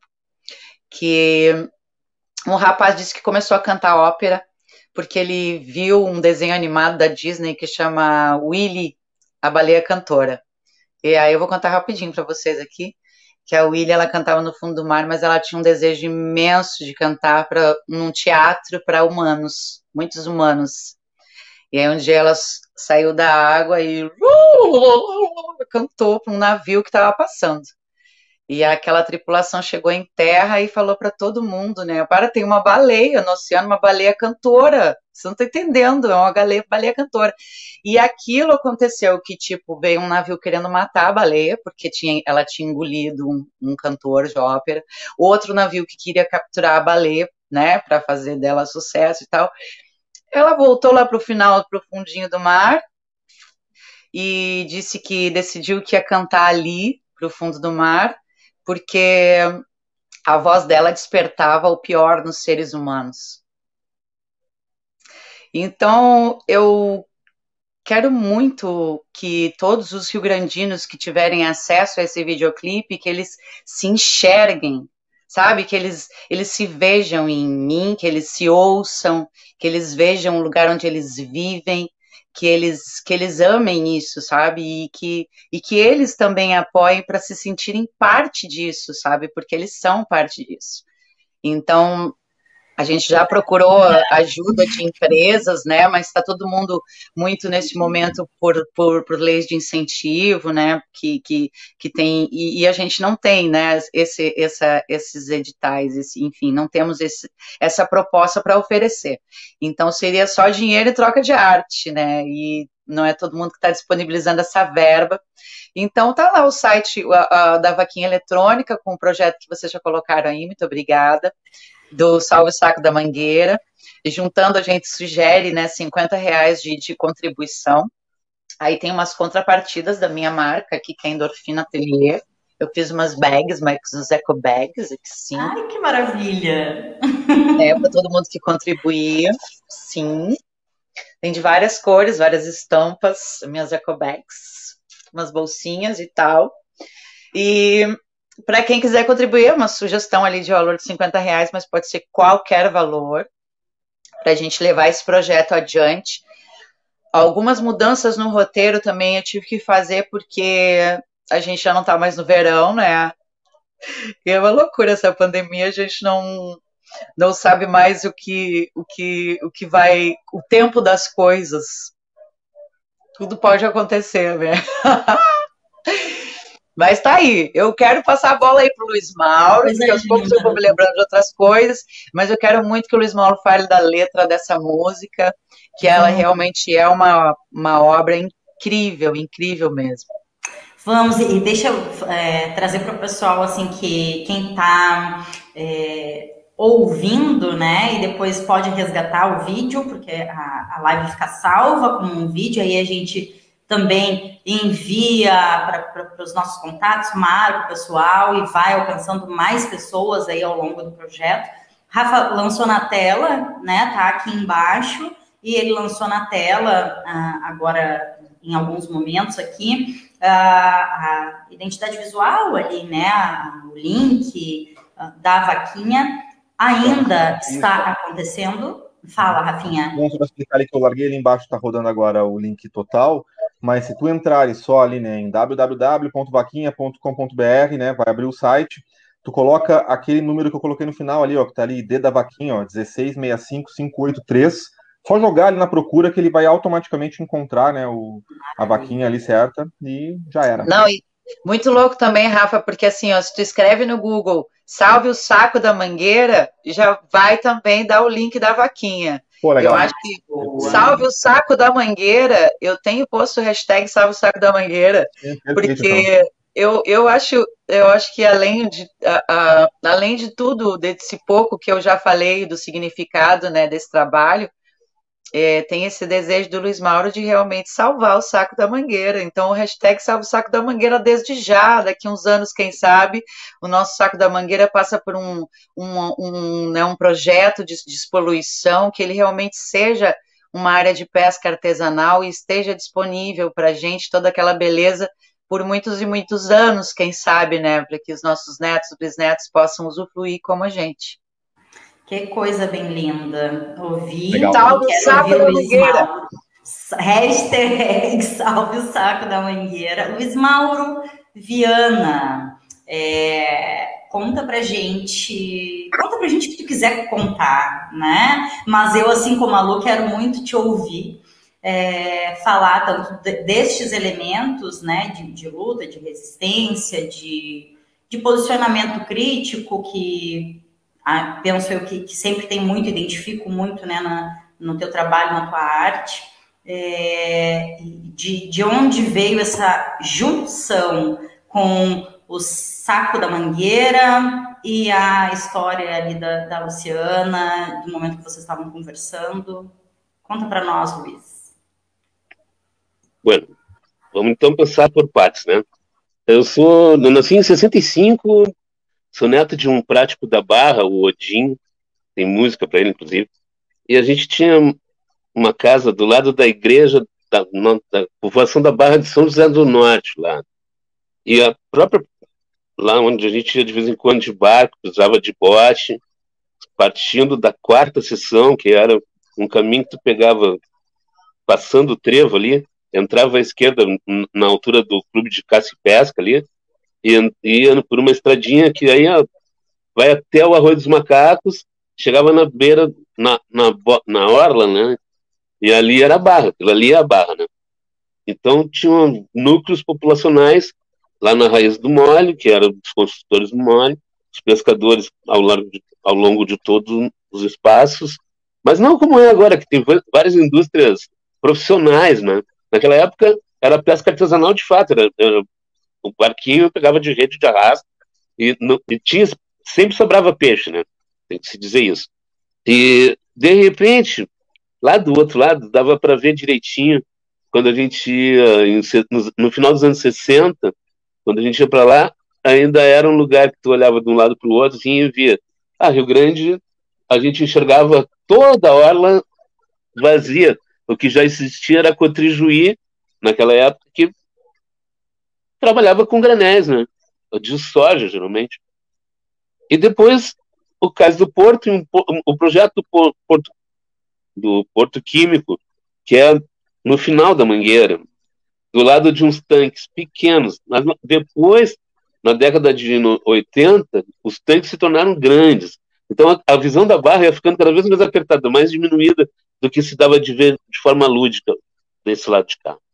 que um rapaz disse que começou a cantar ópera porque ele viu um desenho animado da Disney que chama Willy, a Baleia Cantora. E aí eu vou contar rapidinho para vocês aqui, que a Willy, ela cantava no fundo do mar, mas ela tinha um desejo imenso de cantar pra, num teatro para humanos, muitos humanos. E aí um dia ela saiu da água e cantou para um navio que estava passando. E aquela tripulação chegou em terra e falou para todo mundo, né? Para, tem uma baleia no oceano, uma baleia cantora. Você não está entendendo, é uma baleia, baleia cantora. E aquilo aconteceu que, tipo, veio um navio querendo matar a baleia, porque tinha, ela tinha engolido um, um cantor de ópera. Outro navio que queria capturar a baleia, né? Para fazer dela sucesso e tal. Ela voltou lá para o final, para o fundinho do mar, e disse que decidiu que ia cantar ali, para o fundo do mar, porque a voz dela despertava o pior nos seres humanos. Então, eu quero muito que todos os rio-grandinos que tiverem acesso a esse videoclipe, que eles se enxerguem, sabe, que eles, eles se vejam em mim, que eles se ouçam, que eles vejam o lugar onde eles vivem, que eles, que eles amem isso, sabe, e que, e que eles também apoiem para se sentirem parte disso, sabe, porque eles são parte disso. Então, a gente já procurou ajuda de empresas, né, mas está todo mundo muito nesse momento por, por, por leis de incentivo, né, que, que, que tem, e, e a gente não tem, né, esse, essa, esses editais, esse, enfim, não temos esse, essa proposta para oferecer. Então, seria só dinheiro e troca de arte, né, e não é todo mundo que está disponibilizando essa verba. Então, tá lá o site a, a, da Vaquinha Eletrônica, com o projeto que vocês já colocaram aí, muito obrigada, do Salve Saco da Mangueira, e juntando a gente sugere, né, cinquenta reais de, de contribuição. Aí tem umas contrapartidas da minha marca aqui, que é Endorfina Atelier. Eu fiz umas bags, mas uns eco bags aqui, sim. Ai, que maravilha! É, para todo mundo que contribuía, sim. Tem de várias cores, várias estampas, minhas eco bags, umas bolsinhas e tal. E para quem quiser contribuir, uma sugestão ali de valor de cinquenta reais, mas pode ser qualquer valor, para a gente levar esse projeto adiante. Algumas mudanças no roteiro também eu tive que fazer porque a gente já não tá mais no verão, né? E é uma loucura essa pandemia, a gente não, não sabe mais o que, o que, o que vai, o tempo das coisas. Tudo pode acontecer, né? Mas tá aí, eu quero passar a bola aí pro Luiz Mauro, Pois porque é, aos poucos eu vou me lembrando de outras coisas, mas eu quero muito que o Luiz Mauro fale da letra dessa música, que ela realmente é uma, uma obra incrível, incrível mesmo. Vamos, e deixa eu é, trazer para o pessoal, assim, que quem está é, ouvindo, né, e depois pode resgatar o vídeo, porque a, a live fica salva como um vídeo, aí a gente também envia para os nossos contatos, marca o pessoal e vai alcançando mais pessoas aí ao longo do projeto. Rafa lançou na tela, né, tá aqui embaixo, e ele lançou na tela ah, agora em alguns momentos aqui, a, a identidade visual ali, né, a, o link a, da vaquinha ainda Isso. está acontecendo. Fala, Rafinha. Não, só para explicar ali que eu larguei ali embaixo, está rodando agora o link total, mas se tu entrares só ali, né, em w w w ponto vaquinha ponto com ponto b r, né, vai abrir o site, tu coloca aquele número que eu coloquei no final ali, ó, que tá ali, I D da vaquinha, ó, um seis seis cinco cinco oito três, só jogar ali na procura que ele vai automaticamente encontrar, né, o, a vaquinha ali certa e já era. Não, e muito louco também, Rafa, porque assim, ó, se tu escreve no Google Salve o Saco da Mangueira, já vai também dar o link da vaquinha. Pô, legal. Eu acho que Boa. Salve o Saco da Mangueira, eu tenho posto o hashtag Salve o Saco da Mangueira, é, porque eu, eu, acho, eu acho que além de, a, a, além de tudo, desse pouco que eu já falei do significado, né, desse trabalho, É, tem esse desejo do Luiz Mauro de realmente salvar o Saco da Mangueira. Então, o hashtag Salva o Saco da Mangueira desde já, daqui uns anos, quem sabe, o nosso Saco da Mangueira passa por um, um, um, né, um projeto de despoluição, que ele realmente seja uma área de pesca artesanal e esteja disponível para a gente toda aquela beleza por muitos e muitos anos, quem sabe, né, para que os nossos netos e bisnetos possam usufruir como a gente. Que coisa bem linda. Ouvi. Salve o Saco da Mangueira. Hashtag salve o Saco da Mangueira. Luiz Mauro Viana, é, conta pra gente, conta pra gente o que tu quiser contar, né? Mas eu, assim como a Lu, quero muito te ouvir é, falar tanto de, destes elementos, né, de, de luta, de resistência, de, de posicionamento crítico que Ah, penso eu que, que sempre tem muito, identifico muito, né, na, no teu trabalho, na tua arte, é, de, de onde veio essa junção com o Saco da Mangueira e a história ali da, da Luciana, do momento que vocês estavam conversando. Conta para nós, Luiz. Bueno, vamos então passar por partes, né? Eu sou, eu nasci em sessenta e cinco, sou neto de um prático da Barra, o Odin, tem música para ele, inclusive, e a gente tinha uma casa do lado da igreja da, da povoação da Barra de São José do Norte, lá. E a própria, lá onde a gente ia de vez em quando de barco, usava de bote, partindo da quarta seção, que era um caminho que tu pegava, passando o trevo ali, entrava à esquerda, na altura do clube de caça e pesca ali, e ia por uma estradinha que aí ó, vai até o Arroio dos Macacos, chegava na beira, na, na, na orla, né? E ali era a Barra, aquilo ali é a Barra, né? Então tinham núcleos populacionais lá na Raiz do Mole, que eram os construtores do Mole, os pescadores ao, largo de, ao longo de todos os espaços, mas não como é agora, que tem várias indústrias profissionais, né? Naquela época era pesca artesanal de fato, era, era o barquinho pegava de rede de arrasto e, não, e tinha, sempre sobrava peixe, né? Tem que se dizer isso. E, de repente, lá do outro lado, dava para ver direitinho, quando a gente ia, em, no, no final dos anos sessenta, quando a gente ia para lá, ainda era um lugar que tu olhava de um lado para o outro assim, e via. Ah, Rio Grande, a gente enxergava toda a orla vazia. O que já existia era a Cotrijuí, naquela época, que trabalhava com granéis, né? De soja, geralmente. E depois, o caso do Porto, um, um, o projeto do Porto, do Porto Químico, que é no final da Mangueira, do lado de uns tanques pequenos. Mas depois, na década de oitenta, os tanques se tornaram grandes. Então a, a visão da Barra ia ficando cada vez mais apertada, mais diminuída do que se dava de ver de forma lúdica desse lado de cá.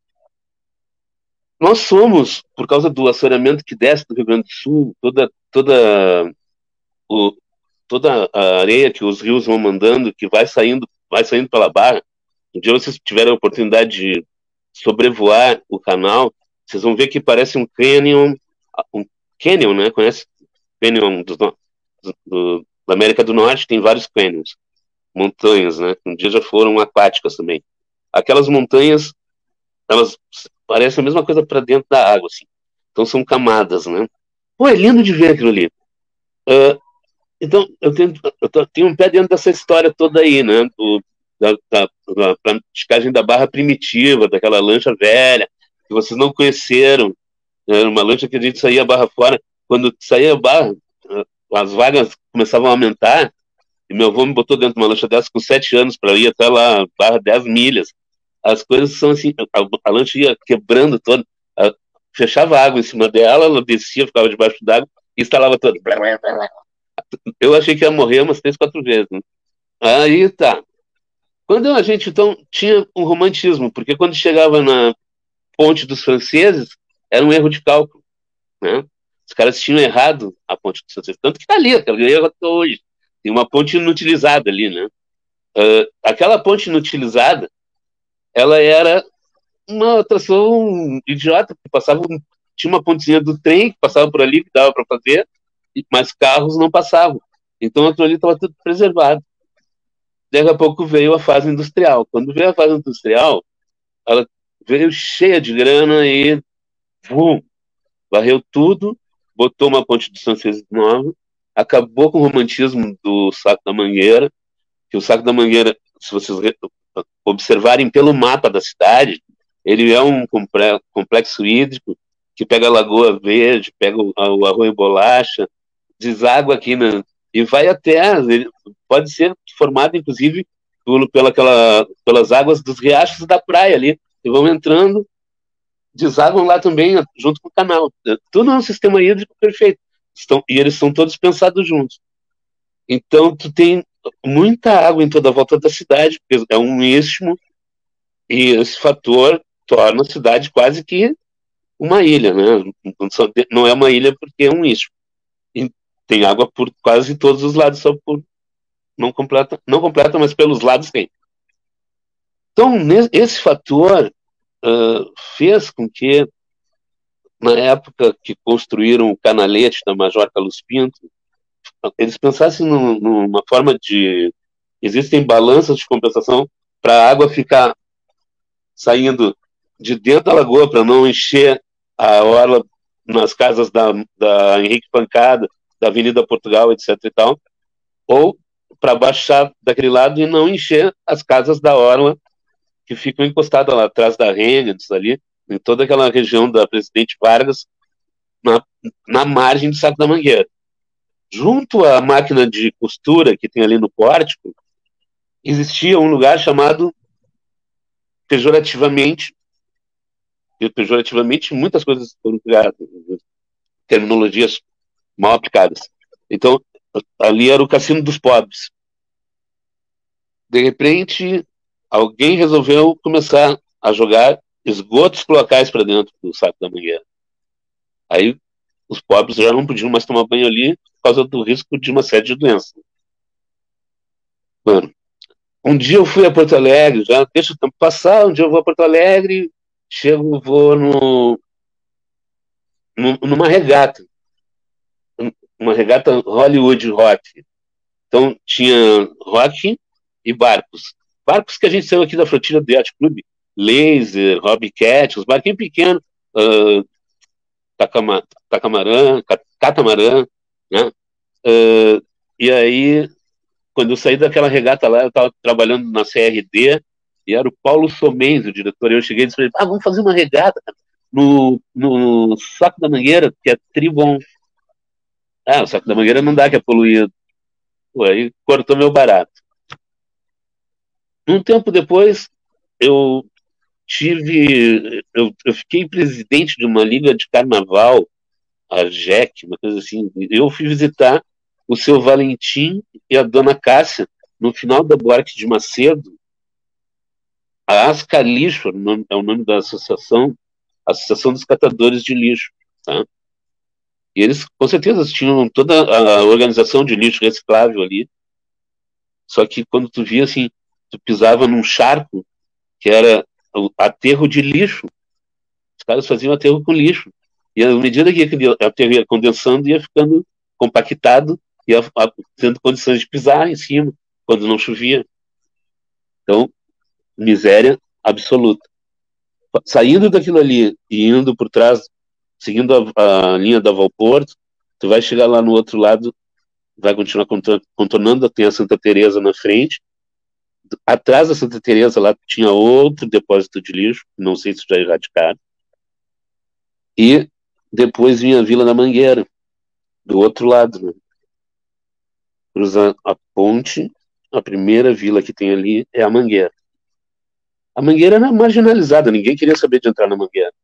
Nós somos, por causa do assoreamento que desce do Rio Grande do Sul, toda, toda, o, toda a areia que os rios vão mandando, que vai saindo, vai saindo pela Barra. Um dia vocês tiverem a oportunidade de sobrevoar o canal, vocês vão ver que parece um canyon, um canyon, né? Conhece? Canyon do, do, da América do Norte, tem vários canyons, montanhas, né? Um dia já foram aquáticas também. Aquelas montanhas, elas parecem a mesma coisa para dentro da água, assim. Então são camadas, né? Pô, é lindo de ver aquilo ali. Uh, então, eu tenho, eu tenho um pé dentro dessa história toda aí, né? Do, da, da, da praticagem da Barra primitiva, daquela lancha velha, que vocês não conheceram. Era uma lancha que a gente saía a Barra fora. Quando saía a Barra, as vagas começavam a aumentar, e meu avô me botou dentro de uma lancha dessa com sete anos para ir até lá, Barra, dez milhas. As coisas são assim, a, a lancha ia quebrando toda, a, fechava a água em cima dela, ela descia, ficava debaixo d'água e instalava toda. Eu achei que ia morrer umas três, quatro vezes. Né? Aí tá. Quando a gente, então, tinha um romantismo, porque quando chegava na Ponte dos Franceses, era um erro de cálculo, né? Os caras tinham errado a Ponte dos Franceses, tanto que tá ali, aquele erro até hoje. Tem uma ponte inutilizada ali, né? Uh, aquela ponte inutilizada, ela era uma atração idiota, que passava, tinha uma pontezinha do trem que passava por ali, que dava para fazer, mas carros não passavam. Então aquilo ali estava tudo preservado. Daqui a pouco veio a fase industrial. Quando veio a fase industrial, ela veio cheia de grana e vum, varreu tudo, botou uma ponte dos franceses nova, acabou com o romantismo do Saco da Mangueira, que o Saco da Mangueira, se vocês observarem pelo mapa da cidade, ele é um complexo hídrico que pega a Lagoa Verde, pega o, o Arroio Bolacha, deságua aqui na, e vai até, ele pode ser formado, inclusive, por, pela, aquela, pelas águas dos riachos da praia ali, e vão entrando, desaguam lá também, junto com o canal. Tudo é um sistema hídrico perfeito. Estão, e eles são todos pensados juntos. Então, tu tem muita água em toda a volta da cidade, porque é um istmo, e esse fator torna a cidade quase que uma ilha, né? Não é uma ilha porque é um istmo. E tem água por quase todos os lados, só por não completa, não completa, mas pelos lados tem. Então, esse fator uh, fez com que, na época que construíram o canalete da Major Carlos Pinto, eles pensassem num, numa forma de... Existem balanças de compensação para a água ficar saindo de dentro da lagoa para não encher a orla nas casas da, da Henrique Pancada, da Avenida Portugal, etc e tal, ou para baixar daquele lado e não encher as casas da orla que ficam encostadas lá atrás da Renges, ali, em toda aquela região da Presidente Vargas, na, na margem do Saco da Mangueira. Junto à máquina de costura que tem ali no pórtico, existia um lugar chamado, pejorativamente, e pejorativamente muitas coisas foram criadas, terminologias mal aplicadas. Então, ali era o Cassino dos Pobres. De repente, alguém resolveu começar a jogar esgotos cloacais para dentro do Saco da Mangueira. Aí, os pobres já não podiam mais tomar banho ali por causa do risco de uma série de doenças. Mano, um dia eu fui a Porto Alegre, já deixa o tempo passar, um dia eu vou a Porto Alegre, chego, vou no, no, numa regata, uma regata Hollywood Rock. Então, tinha rock e barcos. Barcos que a gente saiu aqui da flotilha do Yacht Club, Laser, Hobbycat, os barquinhos pequenos, uh, Tacama, Tacamarã, Catamarã, né? Uh, e aí, quando eu saí daquela regata lá, eu estava trabalhando na C R D, e era o Paulo Somens, o diretor, e eu cheguei e disse, ah, vamos fazer uma regata no, no Saco da Mangueira, que é tribom. Ah, o Saco da Mangueira não dá, que é poluído. Pô, aí cortou meu barato. Um tempo depois, eu tive, eu, eu fiquei presidente de uma liga de carnaval, a J E C, uma coisa assim. Eu fui visitar o seu Valentim e a dona Cássia no final da Buarque de Macedo. A Asca Lixo é o nome, é o nome da associação, Associação dos Catadores de Lixo, tá? E eles, com certeza, tinham toda a organização de lixo reciclável ali. Só que quando tu via, assim, tu pisava num charco, que era o aterro de lixo. Os caras faziam aterro com lixo. E à medida que aquele aterro ia condensando, ia ficando compactado, ia tendo condições de pisar em cima, quando não chovia. Então, miséria absoluta. Saindo daquilo ali e indo por trás, seguindo a, a linha da Valporto, tu vai chegar lá no outro lado, vai continuar contornando, tem a Santa Teresa na frente. Atrás da Santa Teresa lá tinha outro depósito de lixo, não sei se já erradicaram. E depois vinha a Vila da Mangueira, do outro lado, né? Cruzando a ponte, a primeira vila que tem ali é a Mangueira. A Mangueira era marginalizada, ninguém queria saber de entrar na Mangueira.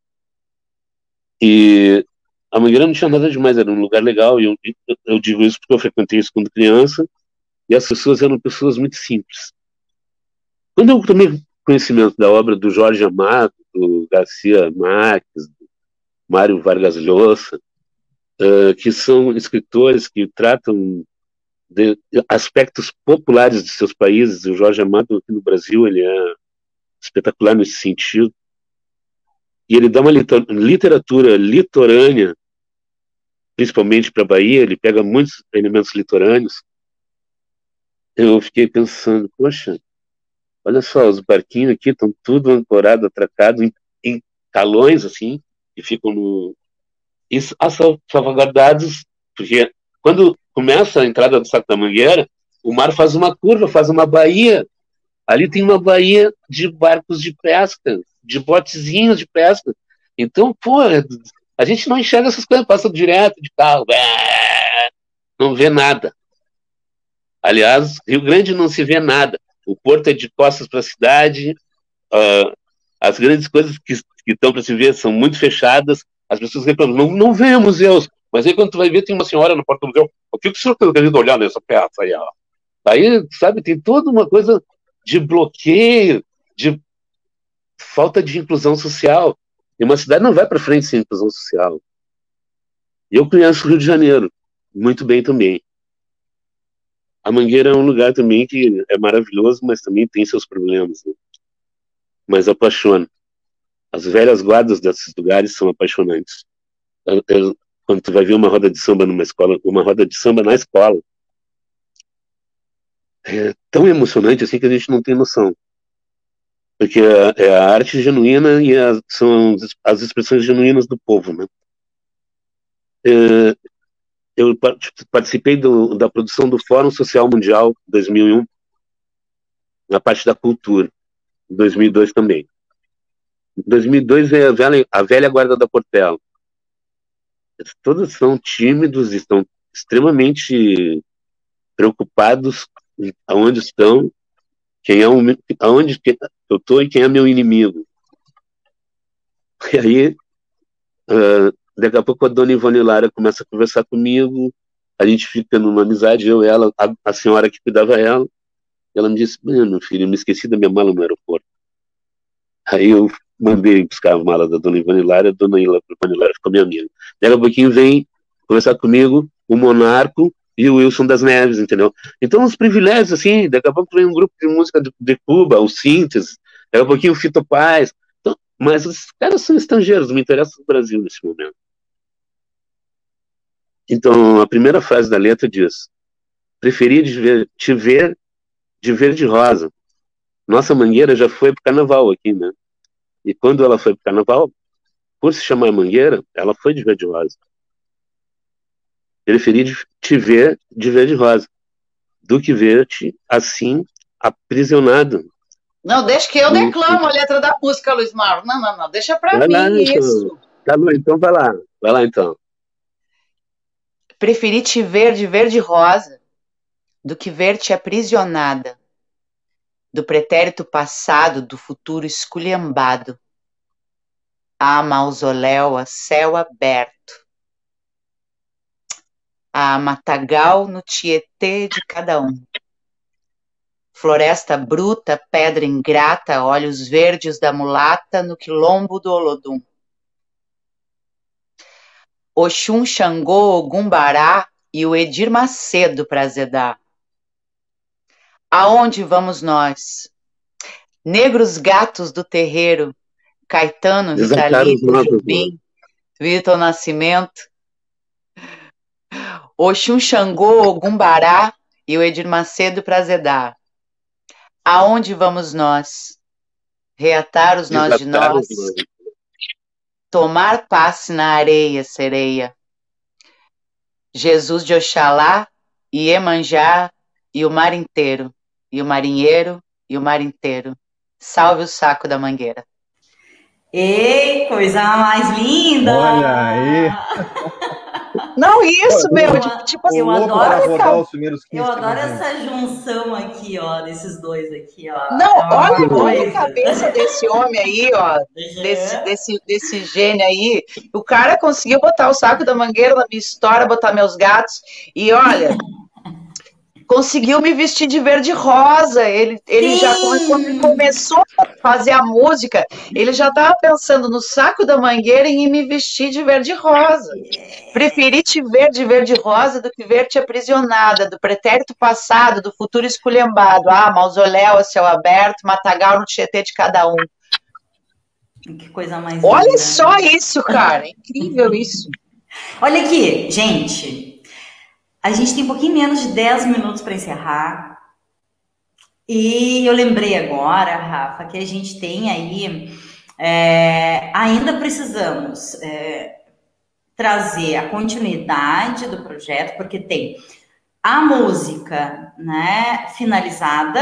E a Mangueira não tinha nada demais, era um lugar legal, e eu, eu digo isso porque eu frequentei isso quando criança, e as pessoas eram pessoas muito simples. Quando eu tomei conhecimento da obra do Jorge Amado, do Garcia Marques, do Mário Vargas Llosa, uh, que são escritores que tratam de aspectos populares de seus países, o Jorge Amado aqui no Brasil, ele é espetacular nesse sentido, e ele dá uma literatura litorânea, principalmente para a Bahia, ele pega muitos elementos litorâneos. Eu fiquei pensando, poxa, olha só, os barquinhos aqui estão tudo ancorado, atracado em, em calões, assim, que ficam no... E salvaguardados, porque quando começa a entrada do Saco da Mangueira, o mar faz uma curva, faz uma baía. Ali tem uma baía de barcos de pesca, de botezinhos de pesca. Então, pô, a gente não enxerga essas coisas, passa direto de carro, não vê nada. Aliás, Rio Grande não se vê nada. O porto é de costas para a cidade, uh, as grandes coisas que, que estão para se ver são muito fechadas, as pessoas reclamam, não, não vê museus. Mas aí quando tu vai ver, tem uma senhora no porta do museu, o que o senhor está querendo olhar nessa peça aí? Ó? Aí, sabe, tem toda uma coisa de bloqueio, de falta de inclusão social. E uma cidade não vai para frente sem inclusão social. E eu conheço o Rio de Janeiro muito bem também. A Mangueira é um lugar também que é maravilhoso, mas também tem seus problemas, né? Mas apaixona. As velhas guardas desses lugares são apaixonantes. Eu, eu, quando tu vai ver uma roda de samba numa escola, uma roda de samba na escola, é tão emocionante assim que a gente não tem noção. Porque é, é a arte genuína e a, são as expressões genuínas do povo, né? É, eu participei do, da produção do Fórum Social Mundial dois mil e um, na parte da cultura, em dois mil e dois também. Em dois mil e dois é a velha, a velha guarda da Portela. Todos são tímidos, estão extremamente preocupados aonde estão, quem é o, aonde eu estou e quem é meu inimigo. E aí, uh, daqui a pouco a dona Ivone Lara começa a conversar comigo, a gente fica numa amizade, eu e ela, a, a senhora que cuidava ela, ela me disse, meu filho, eu me esqueci da minha mala no aeroporto. Aí eu mandei buscar a mala da dona Ivone Lara, a dona Ivone Lara ficou minha amiga. Daqui a pouquinho vem conversar comigo o Monarco e o Wilson das Neves, entendeu? Então, os privilégios, assim, daqui a pouco vem um grupo de música de, de Cuba, o Síntese, daqui a pouquinho o Fito Paz, então, mas os caras são estrangeiros, me interessa o Brasil nesse momento. Então, a primeira frase da letra diz, preferi de ver, te ver de verde rosa. Nossa Mangueira já foi pro carnaval aqui, né? E quando ela foi pro carnaval, por se chamar Mangueira, ela foi de verde rosa. Preferi de te ver de verde rosa, do que ver-te assim, aprisionado. Não, deixa que eu declamo a letra da música, Luiz Mauro. Não, não, não, deixa pra vai mim lá, isso. Então. Tá bom, então vai lá. Vai lá, então. Preferi te ver de verde rosa, do que ver-te aprisionada. do pretérito passado, do futuro esculhambado. Há mausoléu a céu aberto. Há matagal no Tietê de cada um. Floresta bruta, pedra ingrata, olhos verdes da mulata no quilombo do Olodum. Oxum, Xangô, Ogumbará e o Edir Macedo pra azedar. Aonde vamos nós? Negros gatos do terreiro, Caetano, Vitalito, Jubim, Vitor Nascimento, Oxum, Xangô, Ogumbará e o Edir Macedo pra azedar. Aonde vamos nós? Reatar os nós de nós, tomar passe na areia, sereia. Jesus de Oxalá e Iemanjá e o mar inteiro, e o marinheiro e o mar inteiro. Salve o saco da mangueira. Ei, coisa mais linda! Olha aí! Não, isso, eu, meu, eu, tipo, tipo assim, eu adoro, eu adoro essa junção aqui, ó, desses dois aqui, ó. Não, é olha, olha a cabeça desse homem aí, ó, desse, desse, desse gênio aí. O cara conseguiu botar o saco da mangueira na minha história, botar meus gatos, e olha, conseguiu me vestir de verde rosa. Ele, ele já, quando ele começou a fazer a música, ele já estava pensando no saco da mangueira e em me vestir de verde rosa. Preferi te ver de verde rosa do que ver-te aprisionada, do pretérito passado, do futuro esculhambado. Ah, mausoléu a céu aberto, matagal no Tietê de cada um. Que coisa mais Olha linda. Só isso, cara. É incrível isso. Olha aqui, gente. A gente tem um pouquinho menos de dez minutos para encerrar. E eu lembrei agora, Rafa, que a gente tem aí... É, ainda precisamos é, trazer a continuidade do projeto, porque tem a música, né, finalizada.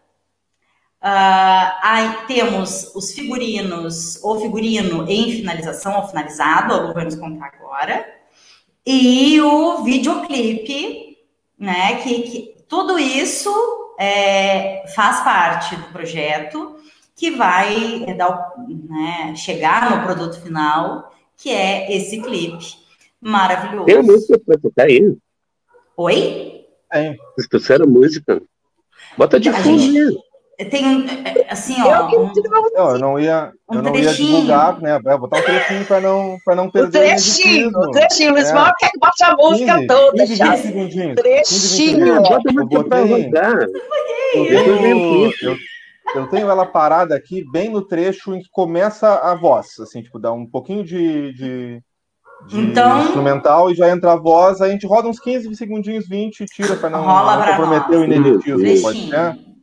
Uh, aí temos os figurinos, o figurino em finalização ou finalizado, a Lu vai nos contar agora. E o videoclipe, né, que, que tudo isso é, faz parte do projeto que vai é, dar, né, chegar no produto final, que é esse clipe maravilhoso. Tem a música pra tocar aí? Oi? Tem. Vocês trouxeram música? Bota de fundo. Tem, assim, ó... Um, eu não ia, um eu não ia divulgar, né? Vou botar um trechinho para não, para não perder o trechinho, o trechinho. O Luiz Mauro quer que bote a música quinze, toda. quinze, vinte segundinhos. Trechinho. Bota a música pra rodar. Eu tenho, eu, eu tenho ela parada aqui, bem no trecho em que começa a voz. Assim, tipo, dá um pouquinho de... de... de então, instrumental e já entra a voz, aí a gente roda uns quinze segundinhos, vinte e tira para não, não comprometer o ineditismo, pode ser?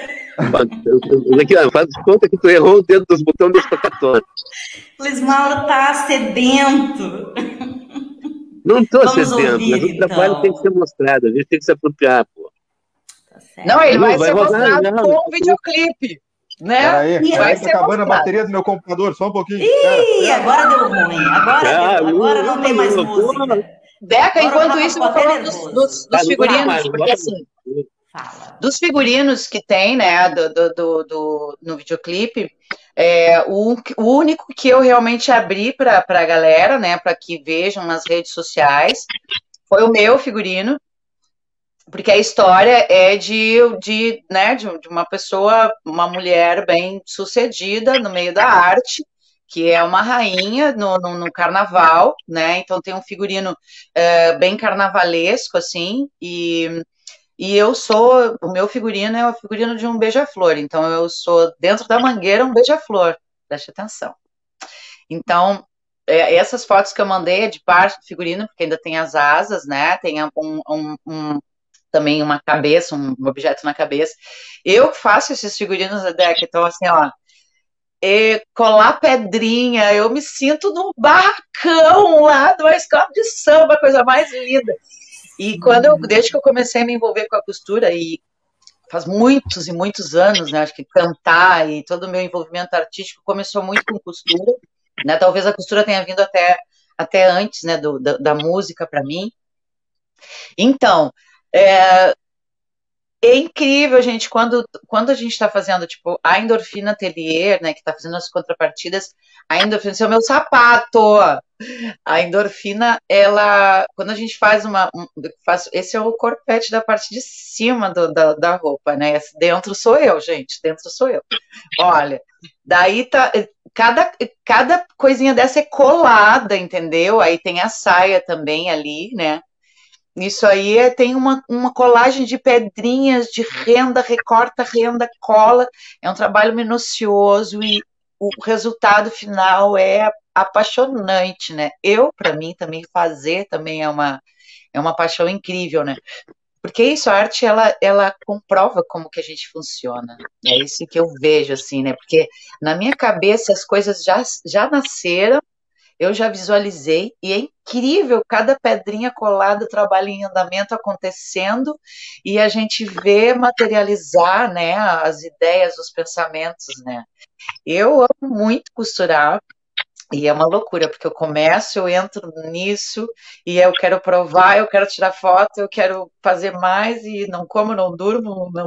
Aqui, ó, faz de conta que tu errou o dedo dos botões dos tocatórios. Luiz Mauro tá sedento. Não tô Vamos sedento, ouvir, mas o trabalho então. Tem que ser mostrado, a gente tem que se apropriar, pô. Tá não, ele não, vai, vai ser rodar, mostrado não, com o videoclipe. Né? Peraí, peraí, vai tá acabando mostrado. A bateria do meu computador, só um pouquinho. Ih, pera, agora deu ruim. Agora, ah, deu, agora não, não tem mais não, música. Deca, agora enquanto isso, eu vou falando dos, dos, dos figurinos, porque assim... Fala. Dos figurinos que tem, né, do, do, do, do, no videoclipe, é, o, o único que eu realmente abri para a galera, né, para que vejam nas redes sociais, foi o meu figurino, porque a história é de, de, né, de, de uma pessoa, uma mulher bem sucedida no meio da arte, que é uma rainha no, no, no carnaval, né, então tem um figurino é, bem carnavalesco, assim, e... E eu sou, o meu figurino é o figurino de um beija-flor, então eu sou, dentro da mangueira, um beija-flor, preste atenção. Então, é, essas fotos que eu mandei é de parte do figurino, porque ainda tem as asas, né, tem um, um, um, também uma cabeça, um objeto na cabeça. Eu faço esses figurinos, Deca, então assim, ó, é, colar pedrinha, eu me sinto num barracão lá de uma escola de samba, coisa mais linda. E quando eu, desde que eu comecei a me envolver com a costura, e faz muitos e muitos anos, né, acho que cantar e todo o meu envolvimento artístico começou muito com costura, né, talvez a costura tenha vindo até, até antes, né, do, da, da música para mim. Então, é, é incrível, gente, quando, quando a gente está fazendo, tipo, a Endorfina Atelier, né, que está fazendo as contrapartidas, a endorfina, esse é o meu sapato, a endorfina, ela, quando a gente faz uma, um, faz, esse é o corpete da parte de cima do, da, da roupa, né, esse dentro sou eu, gente, dentro sou eu, olha, daí tá, cada, cada coisinha dessa é colada, entendeu, aí tem a saia também ali, né, isso aí é, tem uma, uma colagem de pedrinhas, de renda, recorta, renda, cola. É um trabalho minucioso e o resultado final é apaixonante, né? Eu, para mim, também fazer também é uma, é uma paixão incrível, né? Porque isso, a arte, ela, ela comprova como que a gente funciona. É isso que eu vejo, assim, né? Porque na minha cabeça as coisas já, já nasceram, eu já visualizei e é incrível cada pedrinha colada, trabalho em andamento acontecendo e a gente vê materializar, né, as ideias, os pensamentos, né. Eu amo muito costurar e é uma loucura, porque eu começo, eu entro nisso e eu quero provar, eu quero tirar foto, eu quero fazer mais e não como, não durmo, não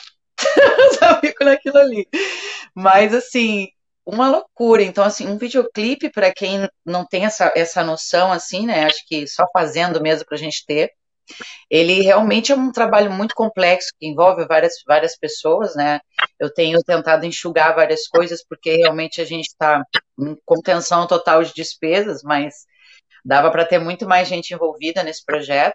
só fico naquilo ali. Mas assim, uma loucura. Então, assim, um videoclipe, para quem não tem essa, essa noção, assim, né? Acho que só fazendo mesmo para a gente ter. Ele realmente é um trabalho muito complexo, que envolve várias, várias pessoas, né? Eu tenho tentado enxugar várias coisas, porque realmente a gente está em contenção total de despesas, mas dava para ter muito mais gente envolvida nesse projeto.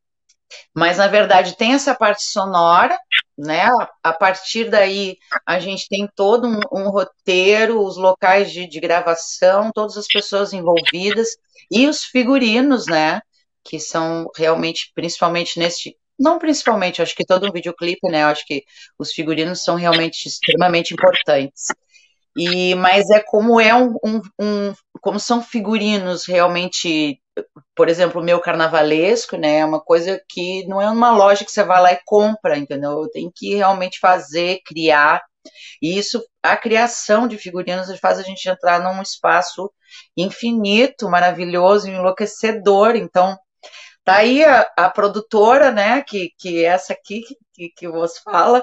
Mas, na verdade, tem essa parte sonora, né? A partir daí, a gente tem todo um, um roteiro, os locais de, de gravação, todas as pessoas envolvidas e os figurinos, né? Que são realmente, principalmente nesse... Não principalmente, acho que todo um videoclipe, né? Acho que os figurinos são realmente extremamente importantes. E, mas é como é um, um, um como são figurinos realmente, por exemplo, o meu carnavalesco, né, é uma coisa que não é uma loja que você vai lá e compra, entendeu? Eu tenho que realmente fazer, criar, e isso, a criação de figurinos faz a gente entrar num espaço infinito, maravilhoso, enlouquecedor. Então, tá aí a, a produtora, né, que, que é essa aqui que, que vos fala.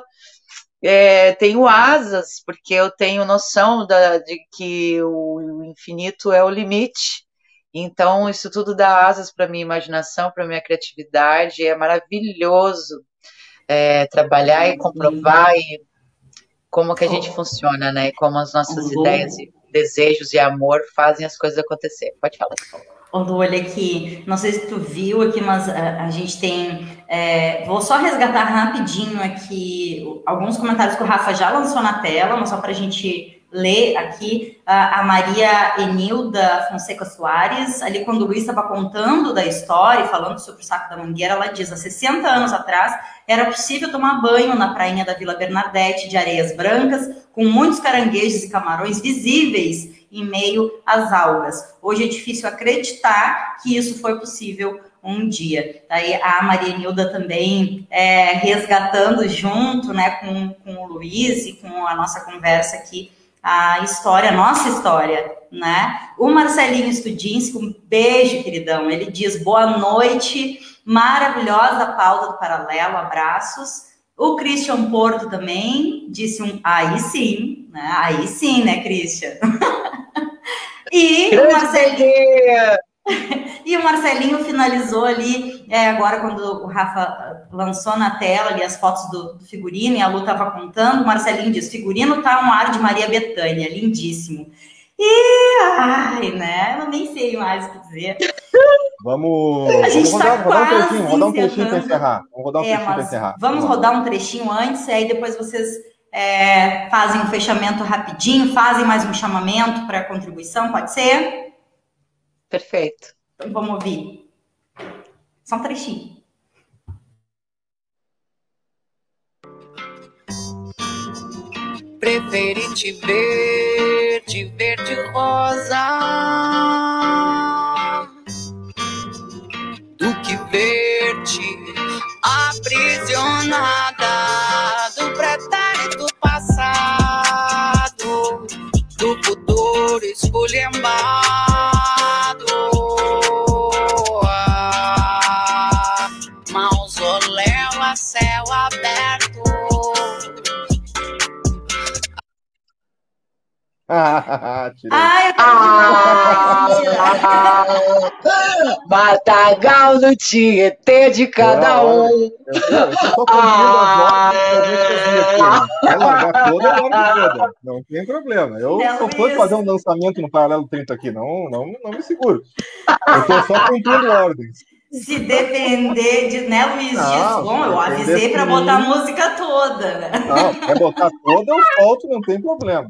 É, tenho asas, porque eu tenho noção da, de que o infinito é o limite. Então, isso tudo dá asas para minha imaginação, para minha criatividade. É maravilhoso é, trabalhar e comprovar e como que a gente funciona, né? E como as nossas uhum. ideias, e desejos e amor fazem as coisas acontecer. Pode falar. Ô, Lu, olha aqui, não sei se tu viu aqui, mas a, a gente tem, é, vou só resgatar rapidinho aqui alguns comentários que o Rafa já lançou na tela, mas só para a gente ler aqui, a, a Maria Enilda Fonseca Soares, ali quando o Luiz estava contando da história, falando sobre o Saco da Mangueira, ela diz, há sessenta anos atrás, era possível tomar banho na prainha da Vila Bernadette, de areias brancas, com muitos caranguejos e camarões visíveis, em meio às algas. Hoje é difícil acreditar que isso foi possível um dia. Daí a Maria Nilda também é, resgatando junto, né, com, com o Luiz e com a nossa conversa aqui, a história, a nossa história, né? O Marcelinho Studinski, um beijo, queridão. Ele diz, boa noite, maravilhosa pauta do Paralelo, abraços. O Christian Porto também disse um, aí sim, né? Aí sim, né, Christian? E o, Marcelinho, e o Marcelinho finalizou ali, é, agora quando o Rafa lançou na tela ali as fotos do, do figurino e a Lu estava contando, o Marcelinho diz, figurino tá um ar de Maria Bethânia, lindíssimo. E, ai, né, eu nem sei mais o que dizer. Vamos, a gente vamos rodar, tá rodar um trechinho, rodar um trechinho para encerrar. Vamos rodar um é, trechinho para encerrar. Vamos, vamos rodar um trechinho antes, e aí depois vocês... É, fazem um fechamento rapidinho, fazem mais um chamamento para contribuição, pode ser? Perfeito. Então vamos ouvir. Só um trechinho. Preferi te ver, te ver de rosa, do que ver-te aprisionada do pretérito passado, do futuro esculhambado. Ah, mausoléu a céu aberto. Tirei. Ai, eu quero Ah, ver mentira. Matagal no Tietê de cada Ora, ora, um. eu tô, eu tô só cumprindo as ordens que alguém fazia aqui, Ah, né? Vai largar toda, eu largo toda. Não tem problema. Eu Né, sou fã de fazer um Luiz? lançamento no Paralelo trinta aqui. Não, não, não me seguro. Eu tô só cumprindo ordens. Se depender de, né, Luiz, disso. Não, se Bom, eu depender avisei de para botar a mim. música toda, né? Não, quer botar toda, eu solto, não tem problema.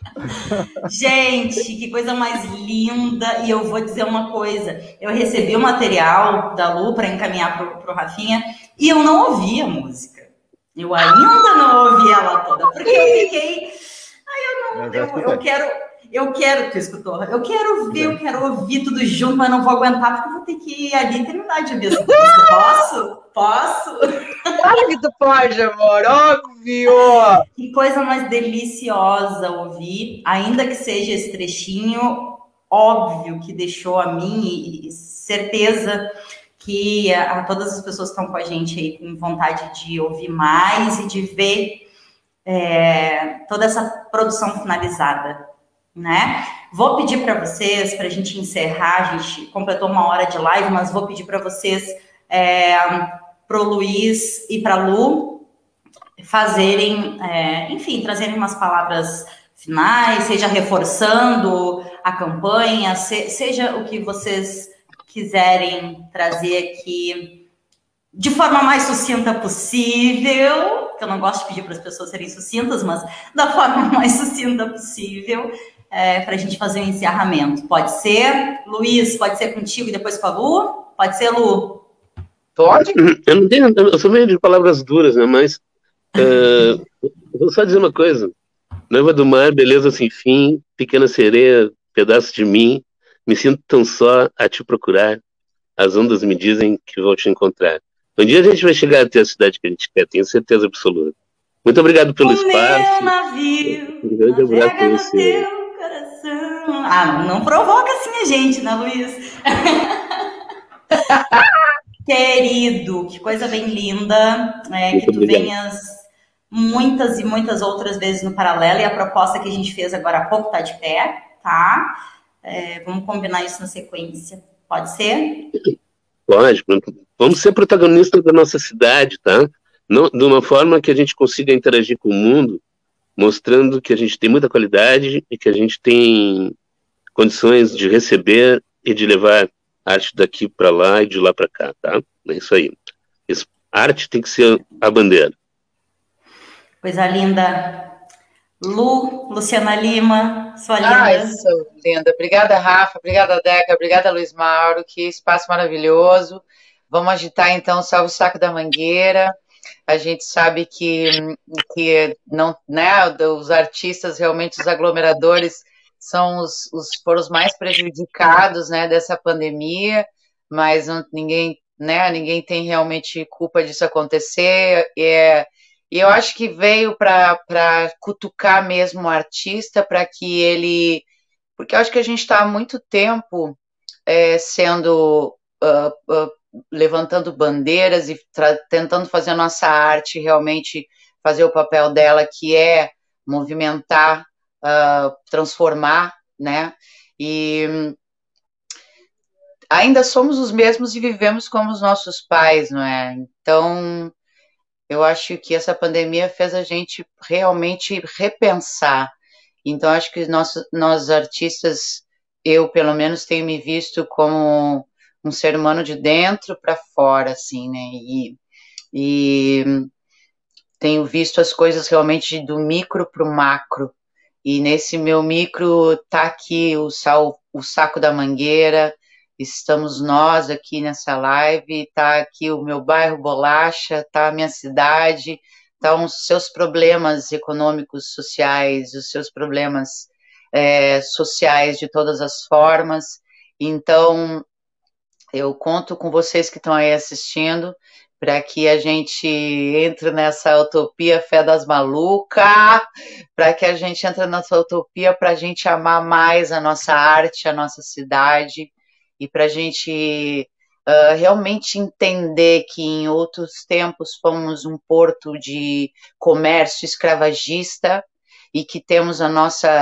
Gente, que coisa mais linda! E eu vou dizer uma coisa: eu recebi o material da Lu para encaminhar pro, pro Rafinha e eu não ouvi a música. Eu ainda não ouvi ela toda, porque eu fiquei. Eu já Eu, eu escutei. quero, eu quero, tu escutou? Eu quero ver, eu quero ouvir tudo junto, mas não vou aguentar, porque eu vou ter que ir ali e terminar de ouvir essa música. Posso? Posso? claro que tu pode, amor, óbvio. Que coisa mais deliciosa ouvir, ainda que seja esse trechinho, óbvio que deixou a mim e certeza que a, a todas as pessoas que estão com a gente aí com vontade de ouvir mais e de ver é, toda essa produção finalizada, né? Vou pedir para vocês, para a gente encerrar, a gente completou uma hora de live, mas vou pedir para vocês, é, para o Luiz e para a Lu, fazerem, é, enfim, trazerem umas palavras finais, seja reforçando a campanha, se, seja o que vocês quiserem trazer aqui de forma mais sucinta possível, que eu não gosto de pedir para as pessoas serem sucintas, mas da forma mais sucinta possível, é, para a gente fazer um encerramento. Pode ser? Luiz, pode ser contigo e depois com a Lu? Pode ser, Lu? Pode? Eu não tenho, eu sou meio de palavras duras, né? Mas uh, vou só dizer uma coisa. Noiva do mar, beleza sem fim, pequena sereia, pedaço de mim, me sinto tão só a te procurar. As ondas me dizem que vou te encontrar. Um dia a gente vai chegar até a cidade que a gente quer, tenho certeza absoluta. Muito obrigado pelo O espaço. meu navio Um grande abraço navega para no você. teu coração. Ah, não, não provoca assim a gente, né, Luiz? Querido, que coisa bem linda, é, que Muito tu obrigado. venhas muitas e muitas outras vezes no Paralelo, e a proposta que a gente fez agora há pouco tá de pé, tá? É, vamos combinar isso na sequência. Pode ser? Pode, vamos ser protagonistas da nossa cidade, tá? Não, de uma forma que a gente consiga interagir com o mundo, mostrando que a gente tem muita qualidade e que a gente tem condições de receber e de levar arte daqui para lá e de lá para cá, tá? É isso aí. Isso, arte tem que ser a bandeira. Coisa linda. Lu, Luciana Lima, sua linda. Ai, sou linda. Obrigada, Rafa. Obrigada, Deca. Obrigada, Luiz Mauro. Que espaço maravilhoso. Vamos agitar, então, Salve o Saco da Mangueira. A gente sabe que, que não, né, os artistas, realmente, os aglomeradores, são os, os, foram os mais prejudicados, né, dessa pandemia, mas não, ninguém, né, ninguém tem realmente culpa disso acontecer. É, e eu acho que veio para cutucar mesmo o artista, para que ele... Porque eu acho que a gente está há muito tempo é, sendo... Uh, uh, levantando bandeiras e tentando fazer a nossa arte realmente fazer o papel dela, que é movimentar, uh, transformar, né? E ainda somos os mesmos e vivemos como os nossos pais, não é? Então, eu acho que essa pandemia fez a gente realmente repensar. Então, acho que nós, nós artistas, eu pelo menos tenho me visto como um ser humano de dentro para fora, assim, né? E, e tenho visto as coisas realmente do micro para o macro. E nesse meu micro tá aqui o, sal, o Saco da Mangueira, estamos nós aqui nessa live, tá aqui o meu bairro Bolacha, tá a minha cidade, tá os seus problemas econômicos, sociais, os seus problemas é, sociais de todas as formas. Então, eu conto com vocês que estão aí assistindo para que a gente entre nessa utopia fé das malucas, para que a gente entre nessa utopia para a gente amar mais a nossa arte, a nossa cidade, e para a gente uh, realmente entender que em outros tempos fomos um porto de comércio escravagista e que temos a nossa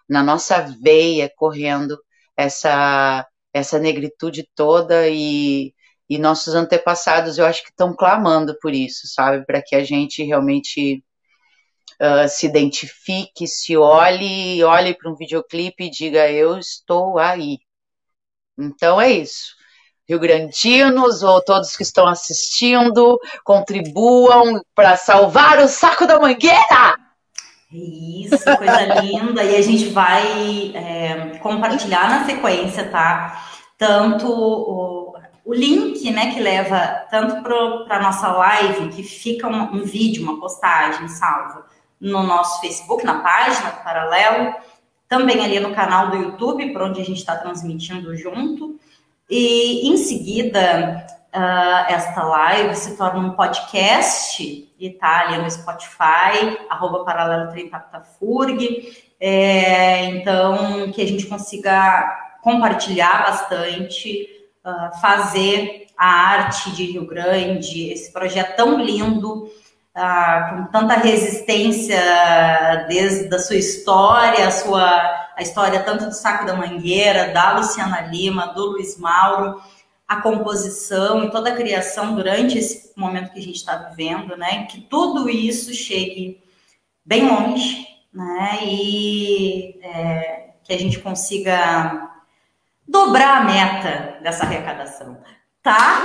na nossa veia correndo essa, essa negritude toda, e, e nossos antepassados, eu acho que estão clamando por isso, sabe? Para que a gente realmente uh, se identifique, se olhe, olhe para um videoclipe e diga, eu estou aí. Então é isso. Rio-grandinos ou todos que estão assistindo, contribuam para salvar o Saco da Mangueira! Isso, coisa linda. E a gente vai é, compartilhar na sequência, tá? Tanto o, o link, né, que leva tanto para a nossa live, que fica um, um vídeo, uma postagem salva no nosso Facebook, na página do Paralelo, também ali no canal do YouTube, por onde a gente está transmitindo junto. E em seguida, uh, esta live se torna um podcast e tá ali no Spotify, arroba Paralelo trinta Aptafurg. É, então, que a gente consiga compartilhar bastante, uh, fazer a arte de Rio Grande, esse projeto tão lindo, uh, com tanta resistência desde a sua história, a sua... a história tanto do Saco da Mangueira, da Luciana Lima, do Luiz Mauro, a composição e toda a criação durante esse momento que a gente está vivendo, né? Que tudo isso chegue bem longe, né? E é, que a gente consiga dobrar a meta dessa arrecadação, tá?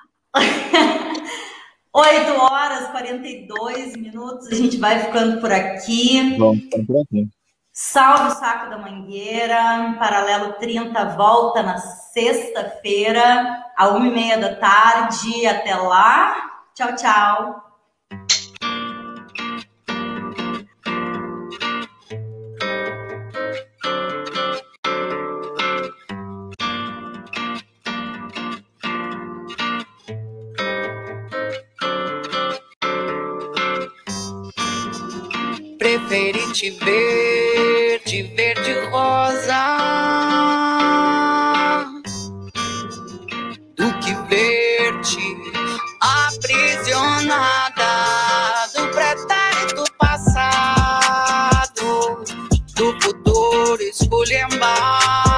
oito horas e quarenta e dois minutos, a gente vai ficando por aqui. Vamos ficando por aqui. Salve o Saco da Mangueira, Paralelo trinta volta na sexta-feira, à uma e meia da tarde. Até lá. Tchau, tchau. Preferi te ver, te ver de rosa, do que ver-te aprisionada do pretérito passado, do futuro esculhambado.